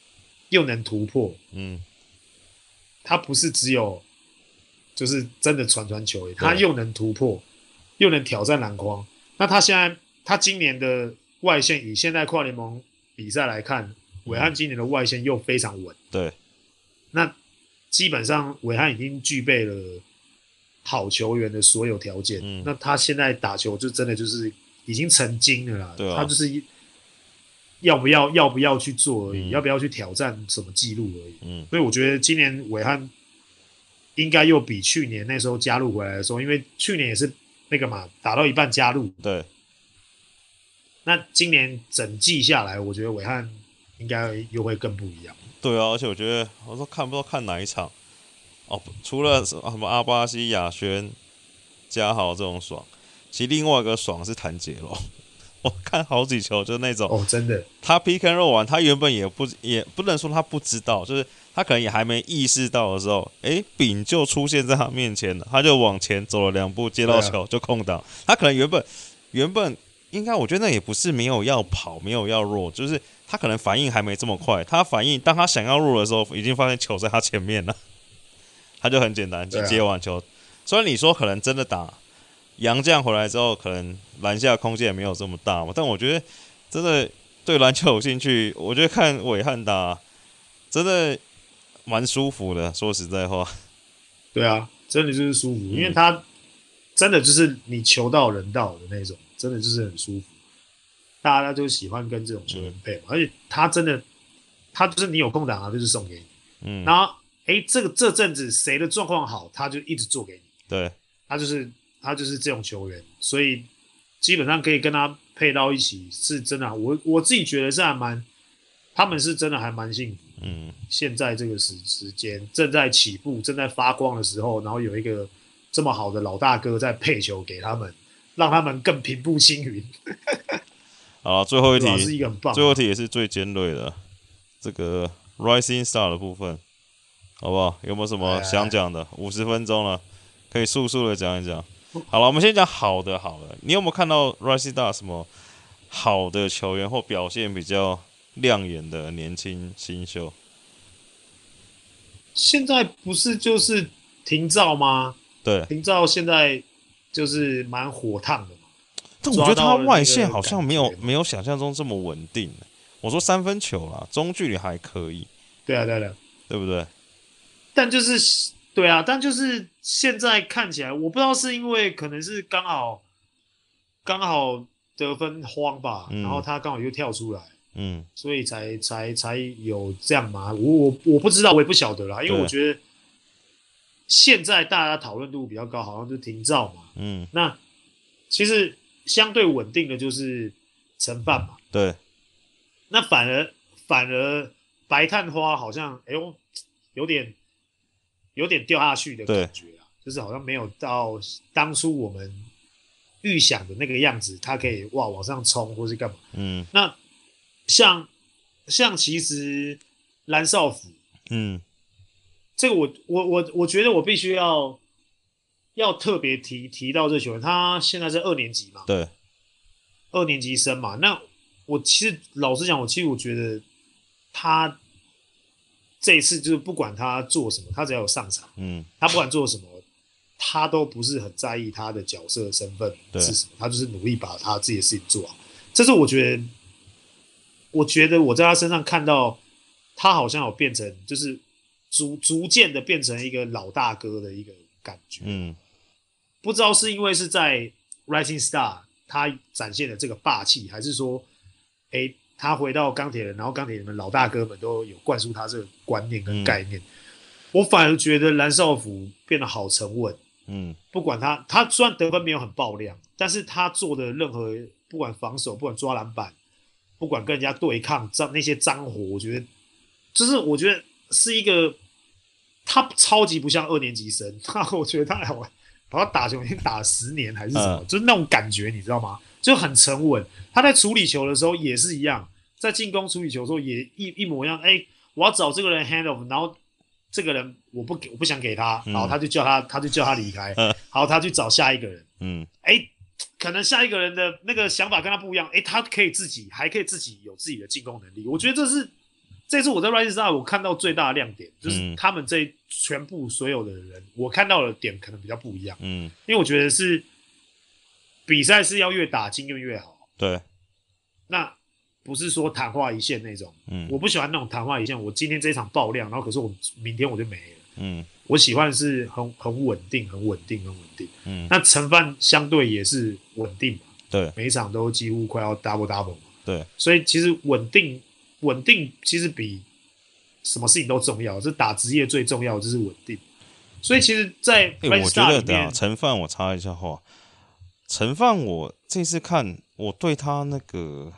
又能突破， 嗯， 他不是只有就是真的传传球而已，他又能突破，又能挑战篮筐。那他现在他今年的外线，以现在跨联盟比赛来看，伟汉今年的外线又非常稳。 对， 那基本上伟汉已经具备了好球员的所有条件。嗯、那他现在打球就真的就是已经成精了啦。 对啊， 他就是要不要要不要去做而已， 嗯、 要不要去挑战什么记录而已。 嗯， 所以我觉得今年伟汉应该又比去年那时候加入回来的时候，因为去年也是那个嘛，打到一半加入。 对。 那今年整季下来，我觉得伟汉应该又会更不一样。 对啊，而且我觉得我说看不知道看哪一场哦，除了什么阿巴西、亚轩、嘉豪这种爽，其实另外一个爽是谭杰龙。我看好几球就那种哦，真的， 他 pick and roll 完，他原本也不也不能说他不知道，就是他可能也还没意识到的时候，诶，饼就出现在他面前了，他就往前走了两步，接到球就空档。他可能原本原本应该，我觉得那也不是没有要跑，没有要弱，就是他可能反应还没这么快。他反应当他想要弱的时候，已经发现球在他前面了，他就很简单就接完球。虽然你说可能真的打洋将回来之后，可能篮下空间也没有这么大嘛，但我觉得真的对篮球有兴趣，我觉得看伟汉打真的蛮舒服的。说实在话， 对啊，真的就是舒服，嗯、因为他真的就是你球到人到的那种，真的就是很舒服。大家就喜欢跟这种球员配嘛，嗯、而且他真的，他就是你有空档，他就是送给你。嗯，然后哎，这个这阵子谁的状况好，他就一直做给你。 对， 他就是他就是这种球员，所以基本上可以跟他配到一起，是真的、啊。我我自己觉得是还蛮，他们是真的还蛮幸福。嗯，现在这个时时间正在起步、正在发光的时候，然后有一个这么好的老大哥在配球给他们，让他们更平步青云。 好，最后一题是一个很棒、啊， 最后一题也是最尖锐的，这个 Rising Star 的部分，好不好？有没有什么想讲的？五十分钟了，可以速速的讲一讲。好了，我们先讲好的，好了。你有没有看到 Rising Star 什么好的球员或表现比较亮眼的年轻新秀？ 现在不是就是廷照吗？ 对， 廷照现在就是蛮火烫的嘛。 但我觉得他外线好像没有没有想象中这么稳定。我说三分球啦，中距离还可以。 对啊，对啊，对啊， 对不对？ 但就是对啊，但就是现在看起来，我不知道是因为可能是刚好刚好得分慌吧，嗯、然后他刚好又跳出来，嗯，所以才才才有这样嘛。我我我不知道，我也不晓得啦，因为我觉得现在大家讨论度比较高，好像就是廷照嘛，嗯，那其实相对稳定的就是陈范嘛， 对， 那反而反而白探花好像哎呦有点有点掉下去的感觉啊，就是好像没有到当初我们预想的那个样子，他可以哇往上冲或是干嘛，嗯，那像像其实蓝少辅，嗯，这个我我我我觉得我必须要要特别提提到这球员，他现在是二年级嘛， 对， 二年级生嘛，那我其实老实讲，我其实我觉得他这一次就是不管他做什么，他只要有上场，嗯，他不管做什么，他都不是很在意他的角色身份是什么，他就是努力把他自己的事情做好。这是我觉得，我觉得我在他身上看到他好像有变成，就是逐逐渐的变成一个老大哥的一个感觉，嗯，不知道是因为是在 Rising Star 他展现的这个霸气，还是说，哎，他回到钢铁人，然后钢铁人的老大哥们都有灌输他这个观念跟概念。嗯、我反而觉得蓝少辅变得好沉稳。嗯，不管他，他虽然得分没有很爆量，但是他做的任何不管防守，不管抓篮板，不管跟人家对抗，那些脏活，我觉得就是我觉得是一个他超级不像二年级生，我觉得他好。把他打球已经打了十年还是什么，嗯、就是那种感觉，你知道吗？就很沉稳。他在处理球的时候也是一样，在进攻处理球的时候也一一模一样。哎、欸，我要找这个人 hand off， 然后这个人我不给，我不想给他，然后他就叫他，他就叫他离开，然后他去找下一个人。嗯，哎、欸，可能下一个人的那个想法跟他不一样，哎、欸，他可以自己还可以自己有自己的进攻能力。我觉得这是这次我在 Rising Star 我看到最大的亮点就是他们这全部所有的人，我看到的点可能比较不一样。嗯，因为我觉得是比赛是要越打经验越好。 对， 那不是说昙花一现那种。嗯，我不喜欢那种昙花一现。我今天这一场爆量，然后可是我明天我就没了。嗯，我喜欢的是很很稳定、很稳定、很稳定。嗯，那陈范相对也是稳定嘛。 对， 每一场都几乎快要 double double 嘛。 对， 所以其实稳定。稳定其实比什么事情都重要，这打职业最重要的就是稳定。所以其实在 Rising Star 里面， 欸，我觉得等下陈范我插一下话，陈范我这次看我对他那个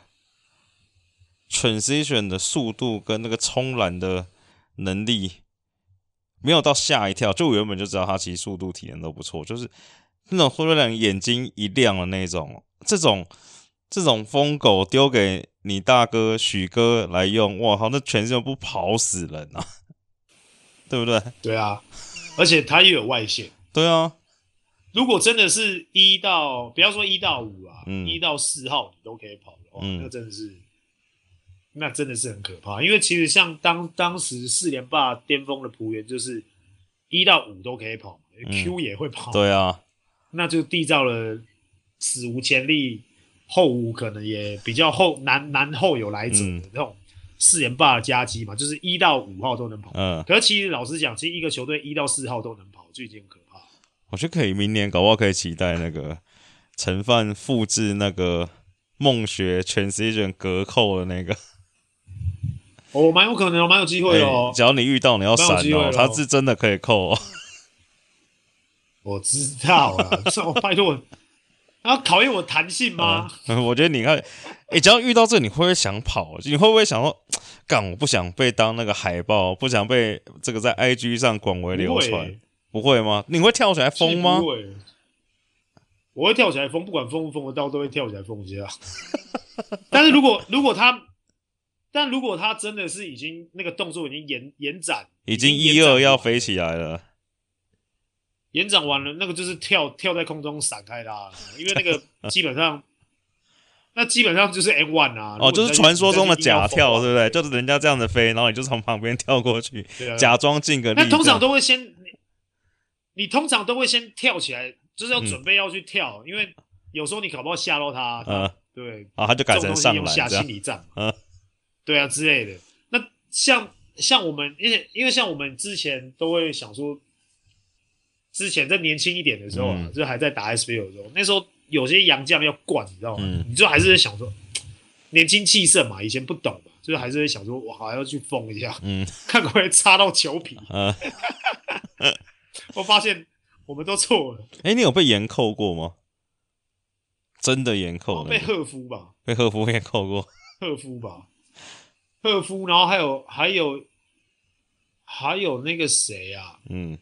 transition 的速度跟那个冲篮的能力没有到吓一跳，就我原本就知道他其实速度体能都不错，就是那种会让眼睛一亮的那种，这种这种疯狗丢给你大哥许哥来用，哇靠，那全身不跑死人啊，对不对？ 对啊，而且他又有外线。 对啊， 如果真的是一到不要说一到五啊，一、嗯、到四号你都可以跑的话，嗯、那真的是那真的是很可怕。因为其实像当当时四连霸巅峰的璞园，就是一到五都可以跑，嗯、Q 也会跑。 对啊， 那就缔造了史无前例。后五可能也比较后难难后有来者的那种四连霸的夹击嘛，就是一到五号都能跑。嗯，可是其实老实讲，其实一个球队一到四号都能跑，就已经很可怕了。 我觉得可以，明年搞不好可以期待那个陈范复制那个梦学 transition 隔扣的那个。 哦，蛮有可能，蛮有机会哦、 欸。只要你遇到，你要闪哦，他是真的可以扣哦。 我知道啊，我拜托。然后考验我弹性吗、 嗯？我觉得你看，欸，只要遇到这，你会不会想跑？你会不会想说，干，我不想被当那个海报，不想被这个在 I G 上广为流传？不会，不会吗？你会跳起来疯吗？ 不会，我会跳起来疯，不管疯不疯得到，都会跳起来疯一下。但是如果如果他，但如果他真的是已经那个动作已经延延展， 已经一二要飞起来了。 延展完了，那个就是跳跳在空中闪开啦，因为那个基本上，那基本上就是 M 一 啊， 哦，就是传说中的假跳，对不对？就是人家这样子飞，然后你就从旁边跳过去，啊、假装进个力。 那通常都会先，你, 你通常都会先跳起来，就是要准备要去跳，嗯、因为有时候你搞不好吓到他，嗯，对， 啊，他就改成上篮， 下心理战，嗯，对啊之类的。那像像我们，因为因为像我们之前都会想说。之前在年轻一点的时候啊，嗯、就还在打 S B L 的时候，那时候有些洋将要灌，你知道吗？嗯、你就还是会想说，年轻气盛嘛，以前不懂嘛，就是还是会想说，我还要去疯一下，嗯、看可不可以插到球皮。嗯、我发现我们都错了。 哎、欸，你有被严扣过吗？真的严扣、那個？ 被赫夫吧？ 被赫夫严扣过？ 赫夫吧？赫夫，然后还有还有还有那个谁啊？嗯。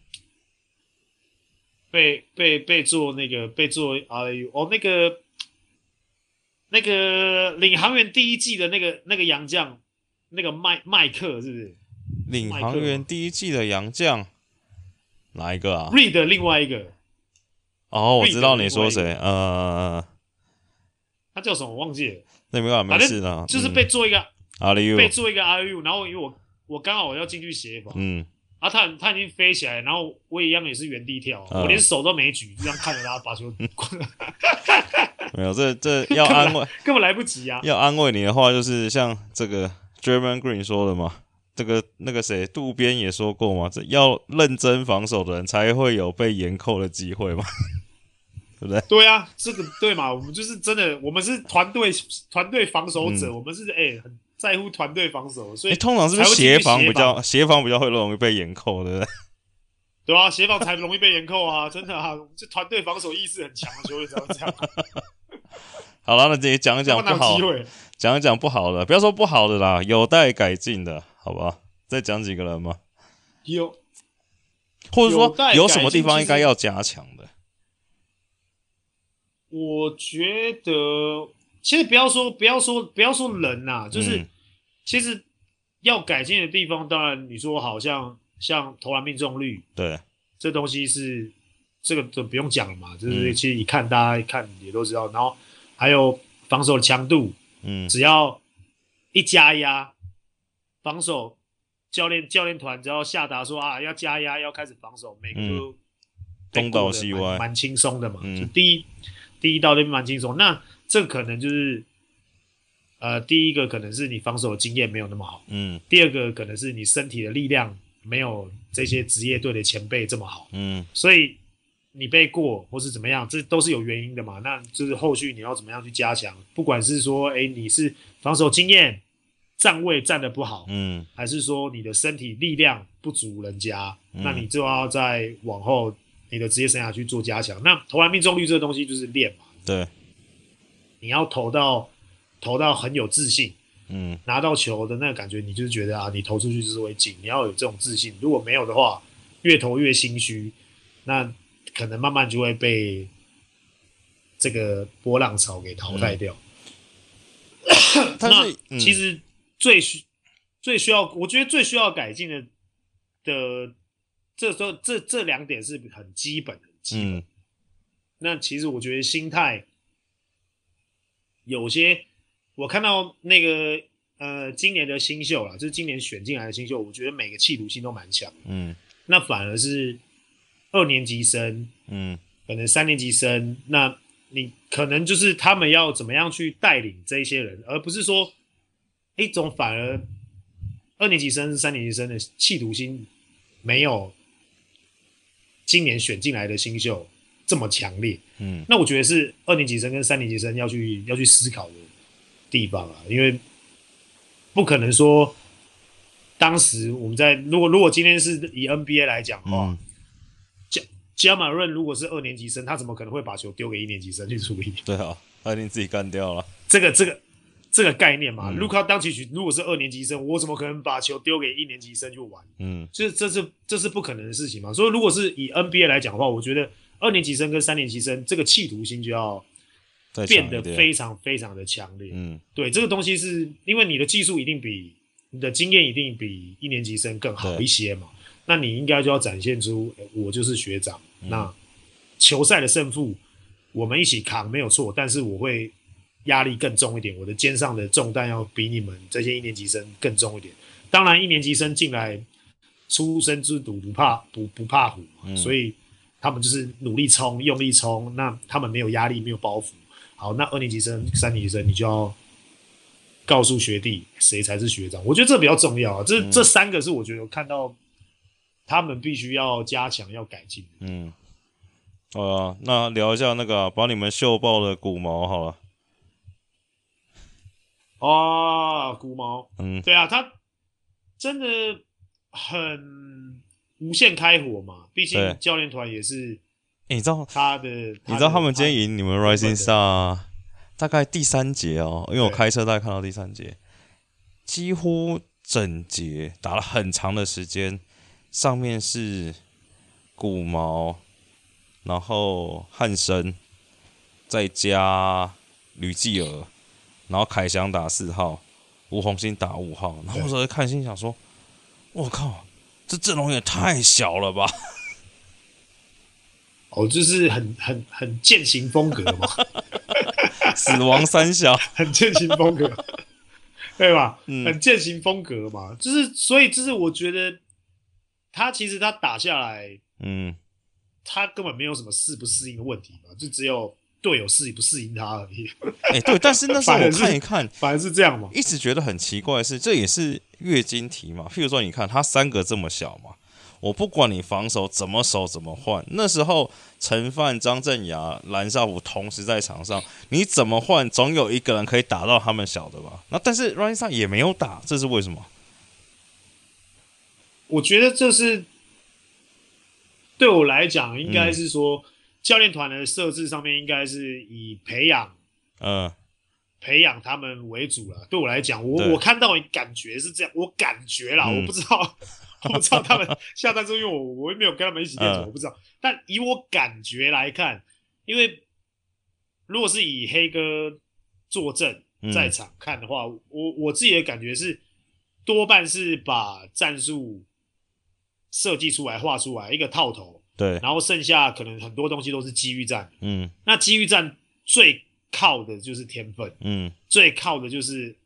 被被被做那个被做 R U 哦，那个那个领航员第一季的那个那个洋将，那个麦麦克是不是？ 领航员第一季的洋将哪一个啊 ？Reed 的另外一个。 哦，我知道你说谁，呃， 他叫什么我忘记了。 那没办法，没事的， 就是被做一个 R U， 被做一个 R U， 然后因为我我刚好要进去协防，嗯。啊他，他已经飞起来，然后我一样也是原地跳，嗯、我连手都没举，就这样看着他把球。 没有，这这要安慰， 根本来不及啊！ 要安慰你的话，就是像这个 German Green 说的嘛，这个那个谁渡边也说过嘛，这要认真防守的人才会有被严扣的机会嘛，对不对？ 对啊，这个对嘛，我们就是真的，我们是团队团队防守者，嗯、我们是哎、欸、很。在乎团队防守，所以、欸、 通常是不是协防比较协防比较会容易被严扣，对不对？ 对啊，协防才容易被严扣啊！真的啊，这团队防守意识很强的球队才会这样。 好了，那这里讲一讲不好，讲一讲不好的，不要说不好的啦，有待改进的，好不好？再讲几个人嘛。 有， 或者说有什么地方应该要加强的？ 我觉得。其实不要说不要说不要说人呐、啊，就是、嗯、其实要改进的地方，当然你说好像像投篮命中率， 对， 这东西是这个就不用讲了嘛，就是其实一看、嗯、大家一看也都知道，然后还有防守的强度，嗯，只要一加压， 防守教练教练团只要下达说啊要加压要开始防守，每个就、嗯、 东倒西歪， 蛮轻松的嘛。 嗯、 就第一第一道那边蛮轻松，那这可能就是呃第一个可能是你防守的经验没有那么好， 嗯， 第二个可能是你身体的力量没有这些职业队的前辈这么好， 嗯， 所以你被过或是怎么样，这都是有原因的嘛。那就是后续你要怎么样去加强，不管是说哎你是防守经验站位站得不好， 嗯， 还是说你的身体力量不足人家， 嗯、 那你就要再往后你的职业生涯去做加强。那投篮命中率这个东西就是练嘛， 对， 你要投到投到很有自信， 嗯， 拿到球的那个感觉，你就是觉得啊，你投出去就是会进，你要有这种自信。如果没有的话，越投越心虚，那可能慢慢就会被这个波浪潮给淘汰掉。 嗯、但是、 那其实最需最需要，我觉得最需要改进的的这时候这这两点是很基本很基本。嗯、那其实我觉得心态有些，我看到那个呃今年的新秀啦，就是今年选进来的新秀，我觉得每个企图心都蛮强。 嗯， 那反而是二年级生， 嗯， 可能三年级生，那你可能就是他们要怎么样去带领这些人，而不是说一种反而二年级生、三年级生的企图心没有今年选进来的新秀这么强烈。 嗯， 那我觉得是二年级生跟三年级生要去要去思考的地方啊，因为不可能说当时我们在如果如果今天是以 N B A 来讲的话。嗯加马润如果是二年级生，他怎么可能会把球丢给一年级生去处理？ 对啊，他一定自己干掉了。 这个这个这个概念嘛，卢卡当奇曲如果是二年级生，我怎么可能把球丢给一年级生去玩？ 嗯， 这这是这是不可能的事情嘛。所以如果是以 N B A 来讲的话，我觉得二年级生跟三年级生这个企图心就要变得非常非常的强烈。 嗯， 对，这个东西是因为你的技术一定比你的经验一定比一年级生更好一些嘛。那你应该就要展现出，我就是学长。嗯、那球赛的胜负，我们一起扛没有错，但是我会压力更重一点，我的肩上的重担要比你们这些一年级生更重一点。当然，一年级生进来，初生之犊不怕不不怕虎， 嗯、 所以他们就是努力冲，用力冲。那他们没有压力，没有包袱。好，那二年级生、三年级生，你就要告诉学弟谁才是学长。我觉得这比较重要啊。这、嗯、这三个是我觉得看到。他们必须要加强，要改进。 嗯，好啊，那聊一下那个、啊、把你们秀爆的古毛好了。 哦，古毛， 嗯， 对啊，他真的很无限开火嘛。毕竟教练团也是、 欸，你知道他的， 你知道他们今天赢你们 Rising Star 大概第三节哦，因为我开车大概看到第三节，几乎整节打了很长的时间。上面是古毛，然后汉森，再加吕继尔，然后凯翔打四号，吴红星打五号。然后我在看心想说：“我靠，这阵容也太小了吧！” 哦，就是很很很践行风格嘛， 死亡三小， 很践行风格，对吧？嗯、很践行风格嘛，就是所以就是我觉得。他其实他打下来， 嗯， 他根本没有什么适不适应的问题嘛，就只有队友适不适应他而已。 哎、欸，对，但是那时候我看一看， 反而是这样嘛， 一直觉得很奇怪的是，这也是月经题嘛。譬如说，你看他三个这么小嘛，我不管你防守怎么守怎么换，那时候陈范、张镇雅、蓝少辅同时在场上，你怎么换，总有一个人可以打到他们小的吧？那但是 Rising Star 也没有打，这是为什么？ 我觉得这是对我来讲，应该是说、嗯、教练团的设置上面应该是以培养， 嗯， 培养他们为主了。对我来讲，我我看到感觉是这样，我感觉啦，嗯、我不知道，我不知道他们下单之后，因为我我也没有跟他们一起练球，嗯、我不知道。但以我感觉来看，因为如果是以黑哥坐镇在场看的话，嗯、我我自己的感觉是，多半是把战术设计出来、画出来一个套头， 对， 然后剩下可能很多东西都是机遇战， 嗯， 那机遇战最靠的就是天分， 嗯， 最靠的就是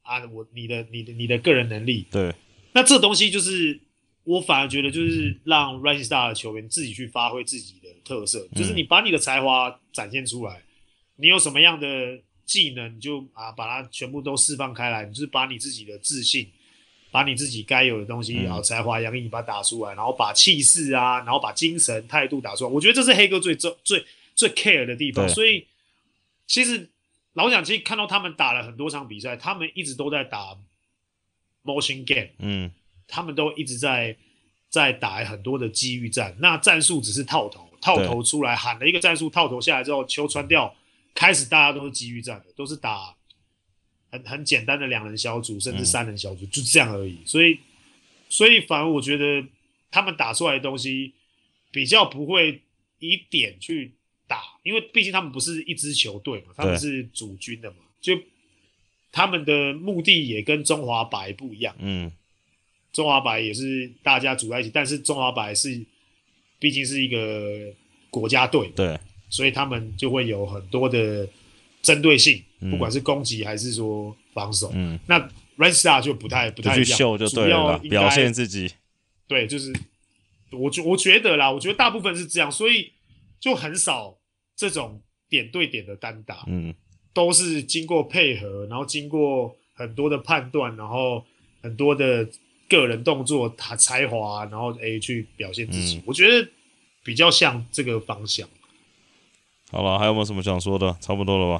啊，我你的你的你的个人能力。 对， 那这东西就是我反而觉得就是让 Rising Star 的球员自己去发挥自己的特色， 嗯、 就是你把你的才华展现出来，你有什么样的技能，你就啊把它全部都释放开来，你就是把你自己的自信。把你自己该有的东西，然后才华洋溢，你把它打出来，然后把气势啊，然后把精神态度打出来。我觉得这是黑哥最最最 care 的地方。所以其实老讲，其实看到他们打了很多场比赛，他们一直都在打 motion game， 嗯，他们都一直在在打很多的机遇战。那战术只是套头，套头出来喊了一个战术，套头下来之后，球传掉，开始大家都是机遇战的，都是打。很很简单的两人小组，甚至三人小组，嗯、就这样而已。所以，所以反而我觉得他们打出来的东西比较不会以点去打，因为毕竟他们不是一支球队嘛，他们是主军的嘛，就他们的目的也跟中华白不一样。嗯，中华白也是大家组在一起，但是中华白是毕竟是一个国家队，对，所以他们就会有很多的针对性。不管是攻击还是说防守，嗯，那 Red Star 就不太不太一样， 就去秀就对了，表现自己。 对，就是我觉我觉得啦，我觉得大部分是这样，所以就很少这种点对点的单打，嗯，都是经过配合，然后经过很多的判断，然后很多的个人动作、他才华，然后 A 去表现自己，嗯，我觉得比较像这个方向。 好了，还有没有什么想说的？差不多了吧？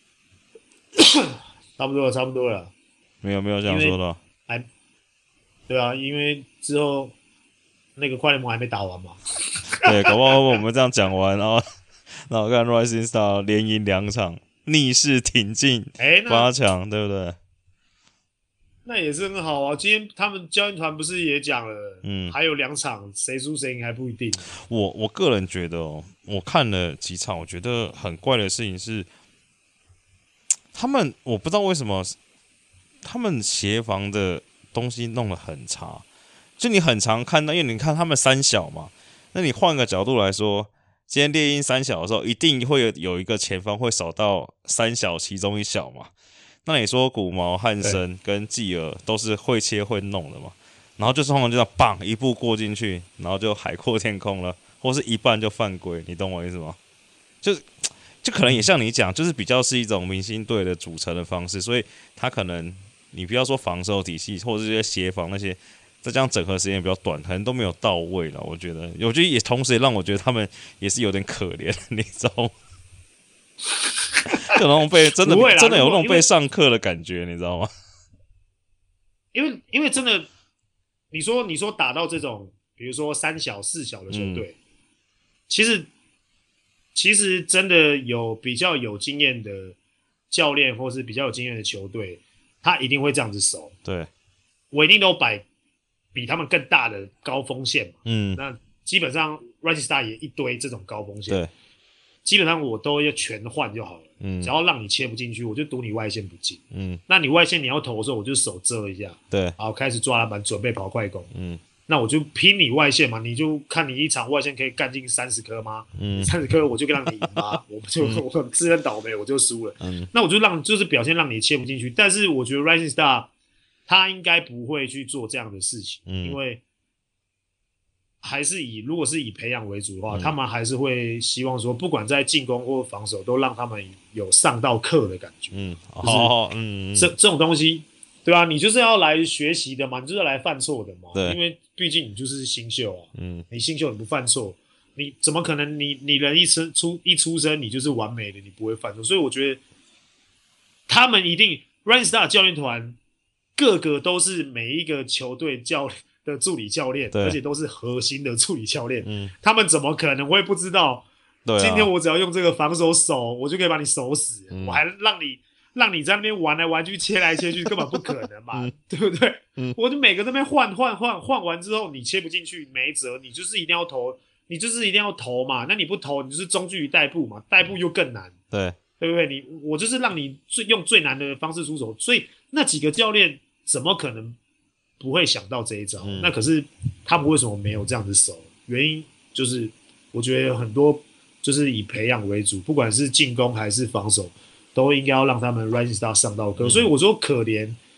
差不多了，差不多了。 没有没有想说的。 还对啊，因为之后那个快联盟还没打完嘛。 对，搞不好我们这样讲完，然后然后看 Rising Star 连赢两场，逆势挺进八强，对不对？ 那也是很好啊。今天他们教练团不是也讲了，嗯，还有两场，谁输谁赢还不一定。 我我个人觉得哦，我看了几场，我觉得很怪的事情是。他们我不知道为什么，他们协防的东西弄得很差，就你很常看到，因为你看他们三小嘛，那你换个角度来说，今天猎鹰三小的时候，一定会有有一个前锋会守到三小其中一小嘛。那你说古毛、汉森跟继尔都是会切会弄的嘛，然后就通常就这样棒一步过进去，然后就海阔天空了，或是一半就犯规，你懂我意思吗？就是。就可能也像你讲，就是比较是一种明星队的组成的方式，所以他可能你不要说防守体系或者是这些协防那些，再加上整合时间也比较短，可能都没有到位了。我觉得，我觉得也同时也让我觉得他们也是有点可怜，你知道吗？就那种被真的真的有那种被上课的感觉，你知道吗？ 因为因为真的，你说你说打到这种，比如说三小四小的球队，嗯、其实。其实真的有比较有经验的教练，或是比较有经验的球队，他一定会这样子守。对，我一定都摆比他们更大的高锋线嘛。嗯，那基本上 Rising Star 也一堆这种高锋线。对，基本上我都要全换就好了。嗯，只要让你切不进去，我就赌你外线不进。嗯，那你外线你要投的时候，我就手遮一下。对，好，开始抓篮板，准备跑快攻。嗯。那我就拼你外线嘛，你就看你一场外线可以干进三十颗吗？嗯，三十颗我就让你赢吧，我就我很自认倒霉，我就输了。嗯，那我就让就是表现让你切不进去，但是我觉得 Rising Star 他应该不会去做这样的事情，嗯，因为还是以如果是以培养为主的话，嗯、他们还是会希望说，不管在进攻或防守，都让他们有上到课的感觉。嗯，好、就是，嗯，这这种东西。对啊，你就是要来学习的嘛，你就是来犯错的嘛。对，因为毕竟你就是新秀啊。嗯，你新秀你不犯错，你怎么可能你你人一出出一出生你就是完美的，你不会犯错？所以我觉得他们一定 Rising Star 教练团个个都是每一个球队教的助理教练，而且都是核心的助理教练。嗯，他们怎么可能会不知道？对啊，今天我只要用这个防守守，我就可以把你守死，嗯、我还让你。让你在那边玩来玩去、切来切去，根本不可能嘛，嗯、对不对？嗯、我就每个在那边换换换换完之后，你切不进去没辙，你就是一定要投，你就是一定要投嘛。那你不投，你就是中距离代步嘛，代步又更难，对对不对？你我就是让你最用最难的方式出手，所以那几个教练怎么可能不会想到这一招？嗯、那可是他们为什么没有这样子守？原因就是我觉得很多就是以培养为主，不管是进攻还是防守。都应该要让他们 Rising Star 上到课，嗯、所以我说可怜，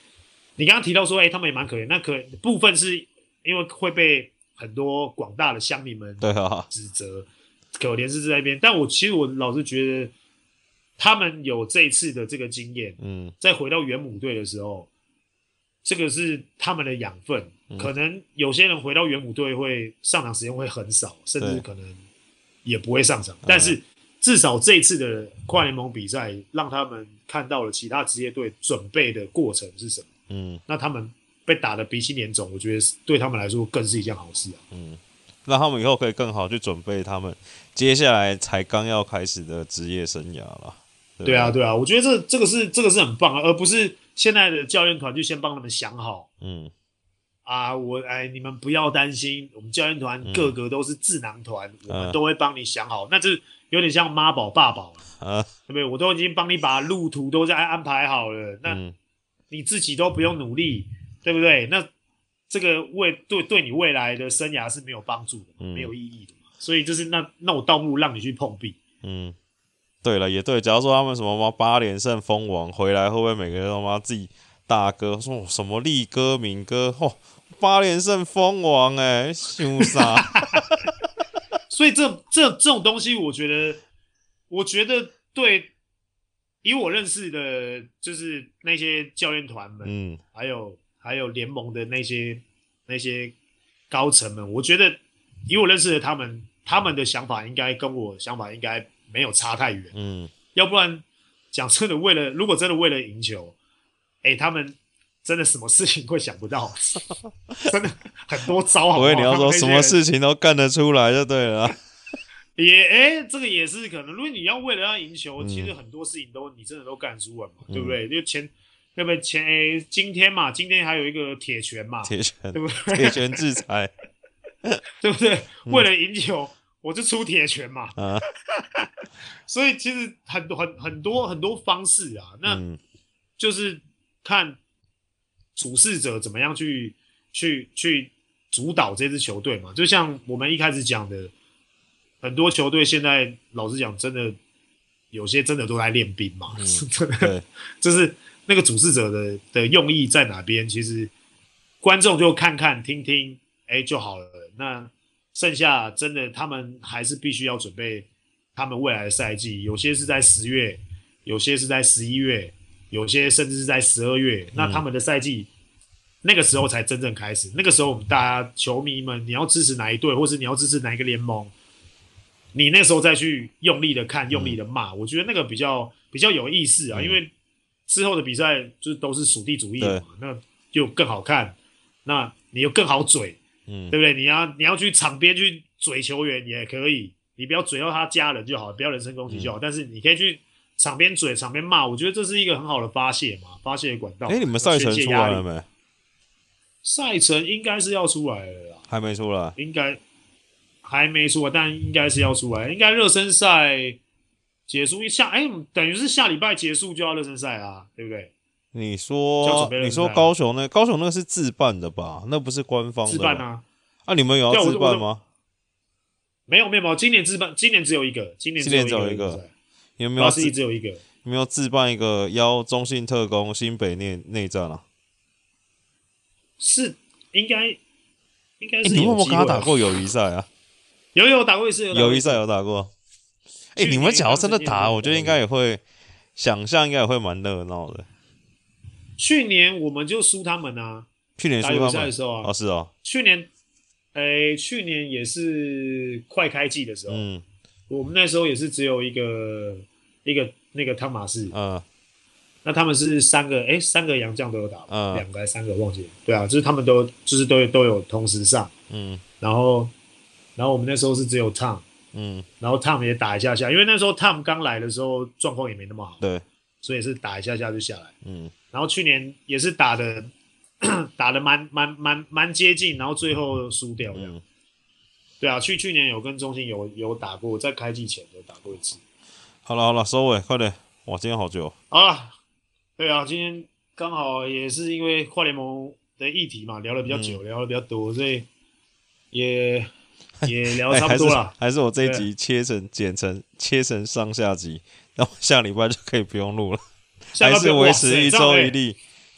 你刚刚提到说，哎、欸，他们也蛮可怜，那可部分是因为会被很多广大的乡民们对啊指责，可怜是在那边。但我其实我老是觉得，他们有这一次的这个经验， 嗯， 再回到原母队的时候，这个是他们的养分。嗯、可能有些人回到原母队会上场时间会很少，甚至可能也不会上场。但是至少这一次的跨联盟比赛，让他们看到了其他职业队准备的过程是什么。嗯，那他们被打得鼻青脸肿，我觉得对他们来说更是一件好事啊。 嗯，让他们以后可以更好去准备他们接下来才刚要开始的职业生涯了。 对, 对啊，对啊，我觉得这这个是这个是很棒啊，而不是现在的教练团就先帮他们想好。嗯，啊，我哎，你们不要担心，我们教练团个个都是智囊团，嗯、我们都会帮你想好。嗯、那这有点像妈宝爸宝啊，对不对？我都已经帮你把路途都在安排好了，那。嗯你自己都不用努力，对不对？那这个为对对你未来的生涯是没有帮助的，嗯、没有意义的嘛。所以就是那那我倒不如让你去碰壁。 嗯，对了，也对。假如说他们什么妈八连胜封王回来，会不会每个人都妈自己大哥说什么力哥、敏哥，哦，八连胜封王哎，凶杀。 所以这这这种东西，我觉得，我觉得对。以我认识的，就是那些教练团们，嗯，还有还有联盟的那些那些高层们，我觉得以我认识的他们，他们的想法应该跟我想法应该没有差太远，嗯，要不然讲真的，为了如果真的为了赢球，哎，他们真的什么事情会想不到，真的很多招好不好。 我以为你要说什么事情都干得出来就对了。 也哎，这个也是可能。如果你要为了要赢球，嗯、其实很多事情都你真的都干出来嘛，嗯、对不对？就前对不对？前哎，今天嘛，今天还有一个铁拳嘛， 铁拳对不对？ 铁拳制裁， 对不对？嗯、为了赢球，我就出铁拳嘛。啊、所以其实很多很很多很多方式啊，那、嗯、就是看主事者怎么样去去去主导这支球队嘛。就像我们一开始讲的。很多球队现在老实讲，真的有些真的都在练兵嘛，嗯、真的就是那个主事者的的用意在哪边，其实观众就看看听听，哎就好了。那剩下真的他们还是必须要准备他们未来的赛季，有些是在十月，有些是在十一月，有些甚至是在十二月。嗯、那他们的赛季那个时候才真正开始，那个时候我们大家球迷们，你要支持哪一队，或是你要支持哪一个联盟？你那时候再去用力的看，用力的骂，嗯、我觉得那个比较比较有意思啊，嗯、因为之后的比赛就是都是属地主义嘛，那就更好看，那你又更好嘴，嗯，对不对？你要你要去场边去嘴球员也可以，你不要嘴到他家人就好，不要人身攻击就好，嗯、但是你可以去场边嘴、场边骂，我觉得这是一个很好的发泄嘛，发泄的管道。 哎，你们赛程出来了没？ 赛程应该是要出来了啦， 还没出来， 应该。还没出来，但应该是要出来。应该热身赛结束一下，哎，等于是下礼拜结束就要热身赛啊，对不对？ 你说你说高雄那高雄那个是自办的吧？那不是官方的。 自办啊？ 啊，你们有要自办吗？ 没有没有，今年自办，今年只有一个，今年只有一个。 有没有自只有一个？ 有没有自办一个邀中信特攻新北内内战啊？ 是应该应该是有机会、啊。 欸、你有没有跟他打过友谊赛啊？ 有有打过一次， 友谊赛有打过。哎、欸，你们假如真的打，我觉得应该也会想象，应该也会蛮热闹的。 去年我们就输他们啊， 去年输他们打友谊赛的时候啊， 哦是哦。 去年，哎、欸，去年也是快开季的时候，嗯，我们那时候也是只有一个一个那个汤马士，嗯，那他们是三个，哎、欸，三个洋将都有打，嗯，两个还是三个忘记了，对啊，就是他们都就是都都有同时上，嗯，然后。然后我们那时候是只有 Tom， 嗯，然后 Tom 也打一下下，因为那时候 Tom 刚来的时候状况也没那么好， 对， 所以也是打一下下就下来，嗯，然后去年也是打的打的蛮蛮蛮蛮接近，然后最后输掉这样，嗯、对啊，去去年有跟中信有有打过，在开季前有打过一次。 好了好了，收尾快点，哇，今天好久。 好了，对啊，今天刚好也是因为跨联盟的议题嘛，聊得比较久，嗯、聊得比较多，所以也。也聊差不多了、 欸，还是我这一集切成剪成切成上下集，然后下礼拜就可以不用录了，还是维持一周一例，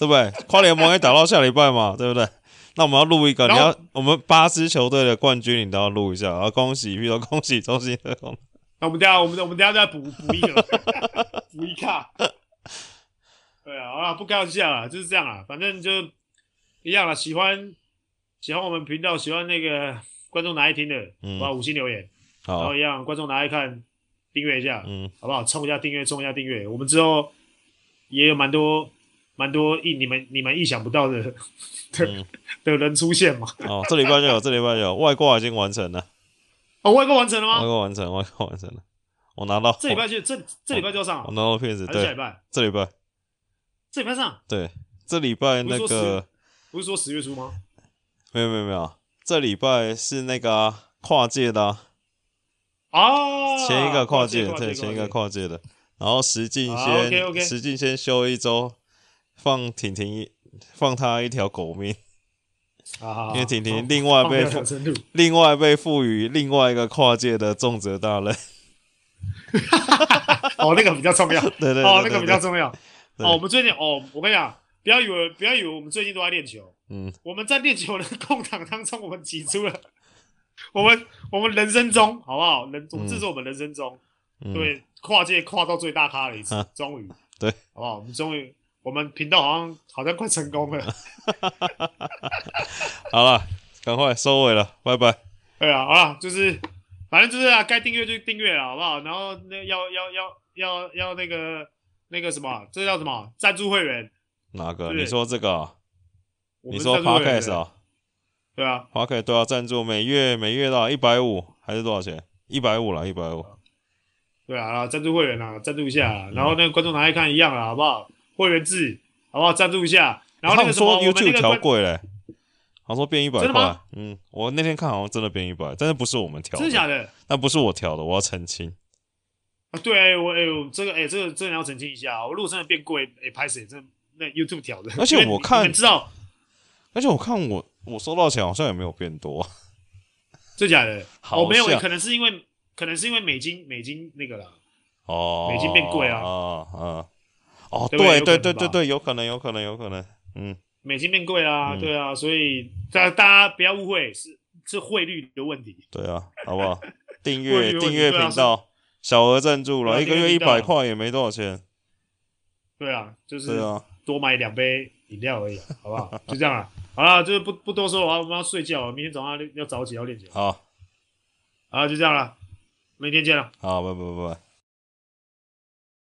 对不对？跨联盟也打到下礼拜嘛，对不对？那我们要录一个，你要我们八支球队的冠军，你都要录一下，然后恭喜，比如说恭喜中信特工。 那我们等下，我们我们等下再补补一个，补一卡。对啊，好啦，不开玩笑啦，就是这样啦，反正就一样啦。喜欢喜欢我们频道，喜欢那个观众拿来听的， 嗯， 把五星留言， 好， 然后一样观众拿来看，订阅一下， 嗯， 好不好？冲一下订阅，冲一下订阅，我们之后也有蛮多蛮多意你们你们意想不到的的、嗯、的人出现嘛。 哦，这礼拜就有，这礼拜就有，外挂已经完成了。 哦，外挂完成了吗？ 外挂完成，外挂完成了。我拿到这礼拜就这这礼拜就要上了。 我拿到片子，对， 下礼拜， 这礼拜， 这礼拜上。 对，这礼拜那个不是说十月初吗？ 没有没有没有，这礼拜是那个、啊、跨界的啊。 啊， 前一个跨界， 跨界对，前一个跨界的，然后石进先， 啊、okay, okay 石进先休一周，放婷婷放他一条狗命。 啊， 因为婷婷另外被赋另外被赋予另外一个跨界的重责大任。 哦，那个比较重要。 对 对, 对, 对, 对， 哦，那个比较重要。哦，我们最近哦，我跟你讲，不要以为不要以为我们最近都在练球。嗯，我们在练球的空档当中，我们挤出了我们我们人生中好不好？人，这是我们人生中、嗯、对跨界跨到最大咖的一次，终于， 对， 好不好？我们终于。我们频道好像好像快成功了。 好了，赶快收尾了，拜拜。 对啊，好了，就是反正就是啊，该订阅就订阅了，好不好？然后那要要要要要那个那个什么，这叫什么？赞助会员？ 哪个？你说这个、啊？你说 Podcast 啊？ 对啊 ，Podcast 都要赞助，每月每月到一百五还是多少钱？一百五了，一百五。 对啊，赞助会员啊，赞助一下、嗯，然后那个观众拿来看一样了，好不好？会员制，好不好？赞助一下。然后那个什么， 他说 YouTube 调贵嘞，他说变一百块。 真的吗？ 嗯，我那天看好像真的变一百，但是不是我们调的？ 真的假的？ 那不是我调的，我要澄清。 啊，对，我哎呦，这个哎，这个真的要澄清一下，我如果真的变贵，哎，拍谁？真的那 YouTube 调的。 而且我看， 你知道， 而且我看我我收到钱好像也没有变多。 真假的？ 好， 哦，没有，可能是因为可能是因为美金美金那个啦。 哦， 美金变贵啊。 啊啊。哦，对对对对对，有可能，有可能，有可能，嗯， 美金变贵啦、啊嗯，对啊，所以大大家不要误会，是是汇率的问题。 对啊，好不好？订阅订阅频道，小额赞助了，一个月一百块也没多少钱。 对啊，就是多买两杯饮料而已，好不好？就这样了，好了，就是不不多说了，我们要睡觉了，明天早上要早起要练球。 好， 好，就这样了，明天见了。 好，拜拜拜拜。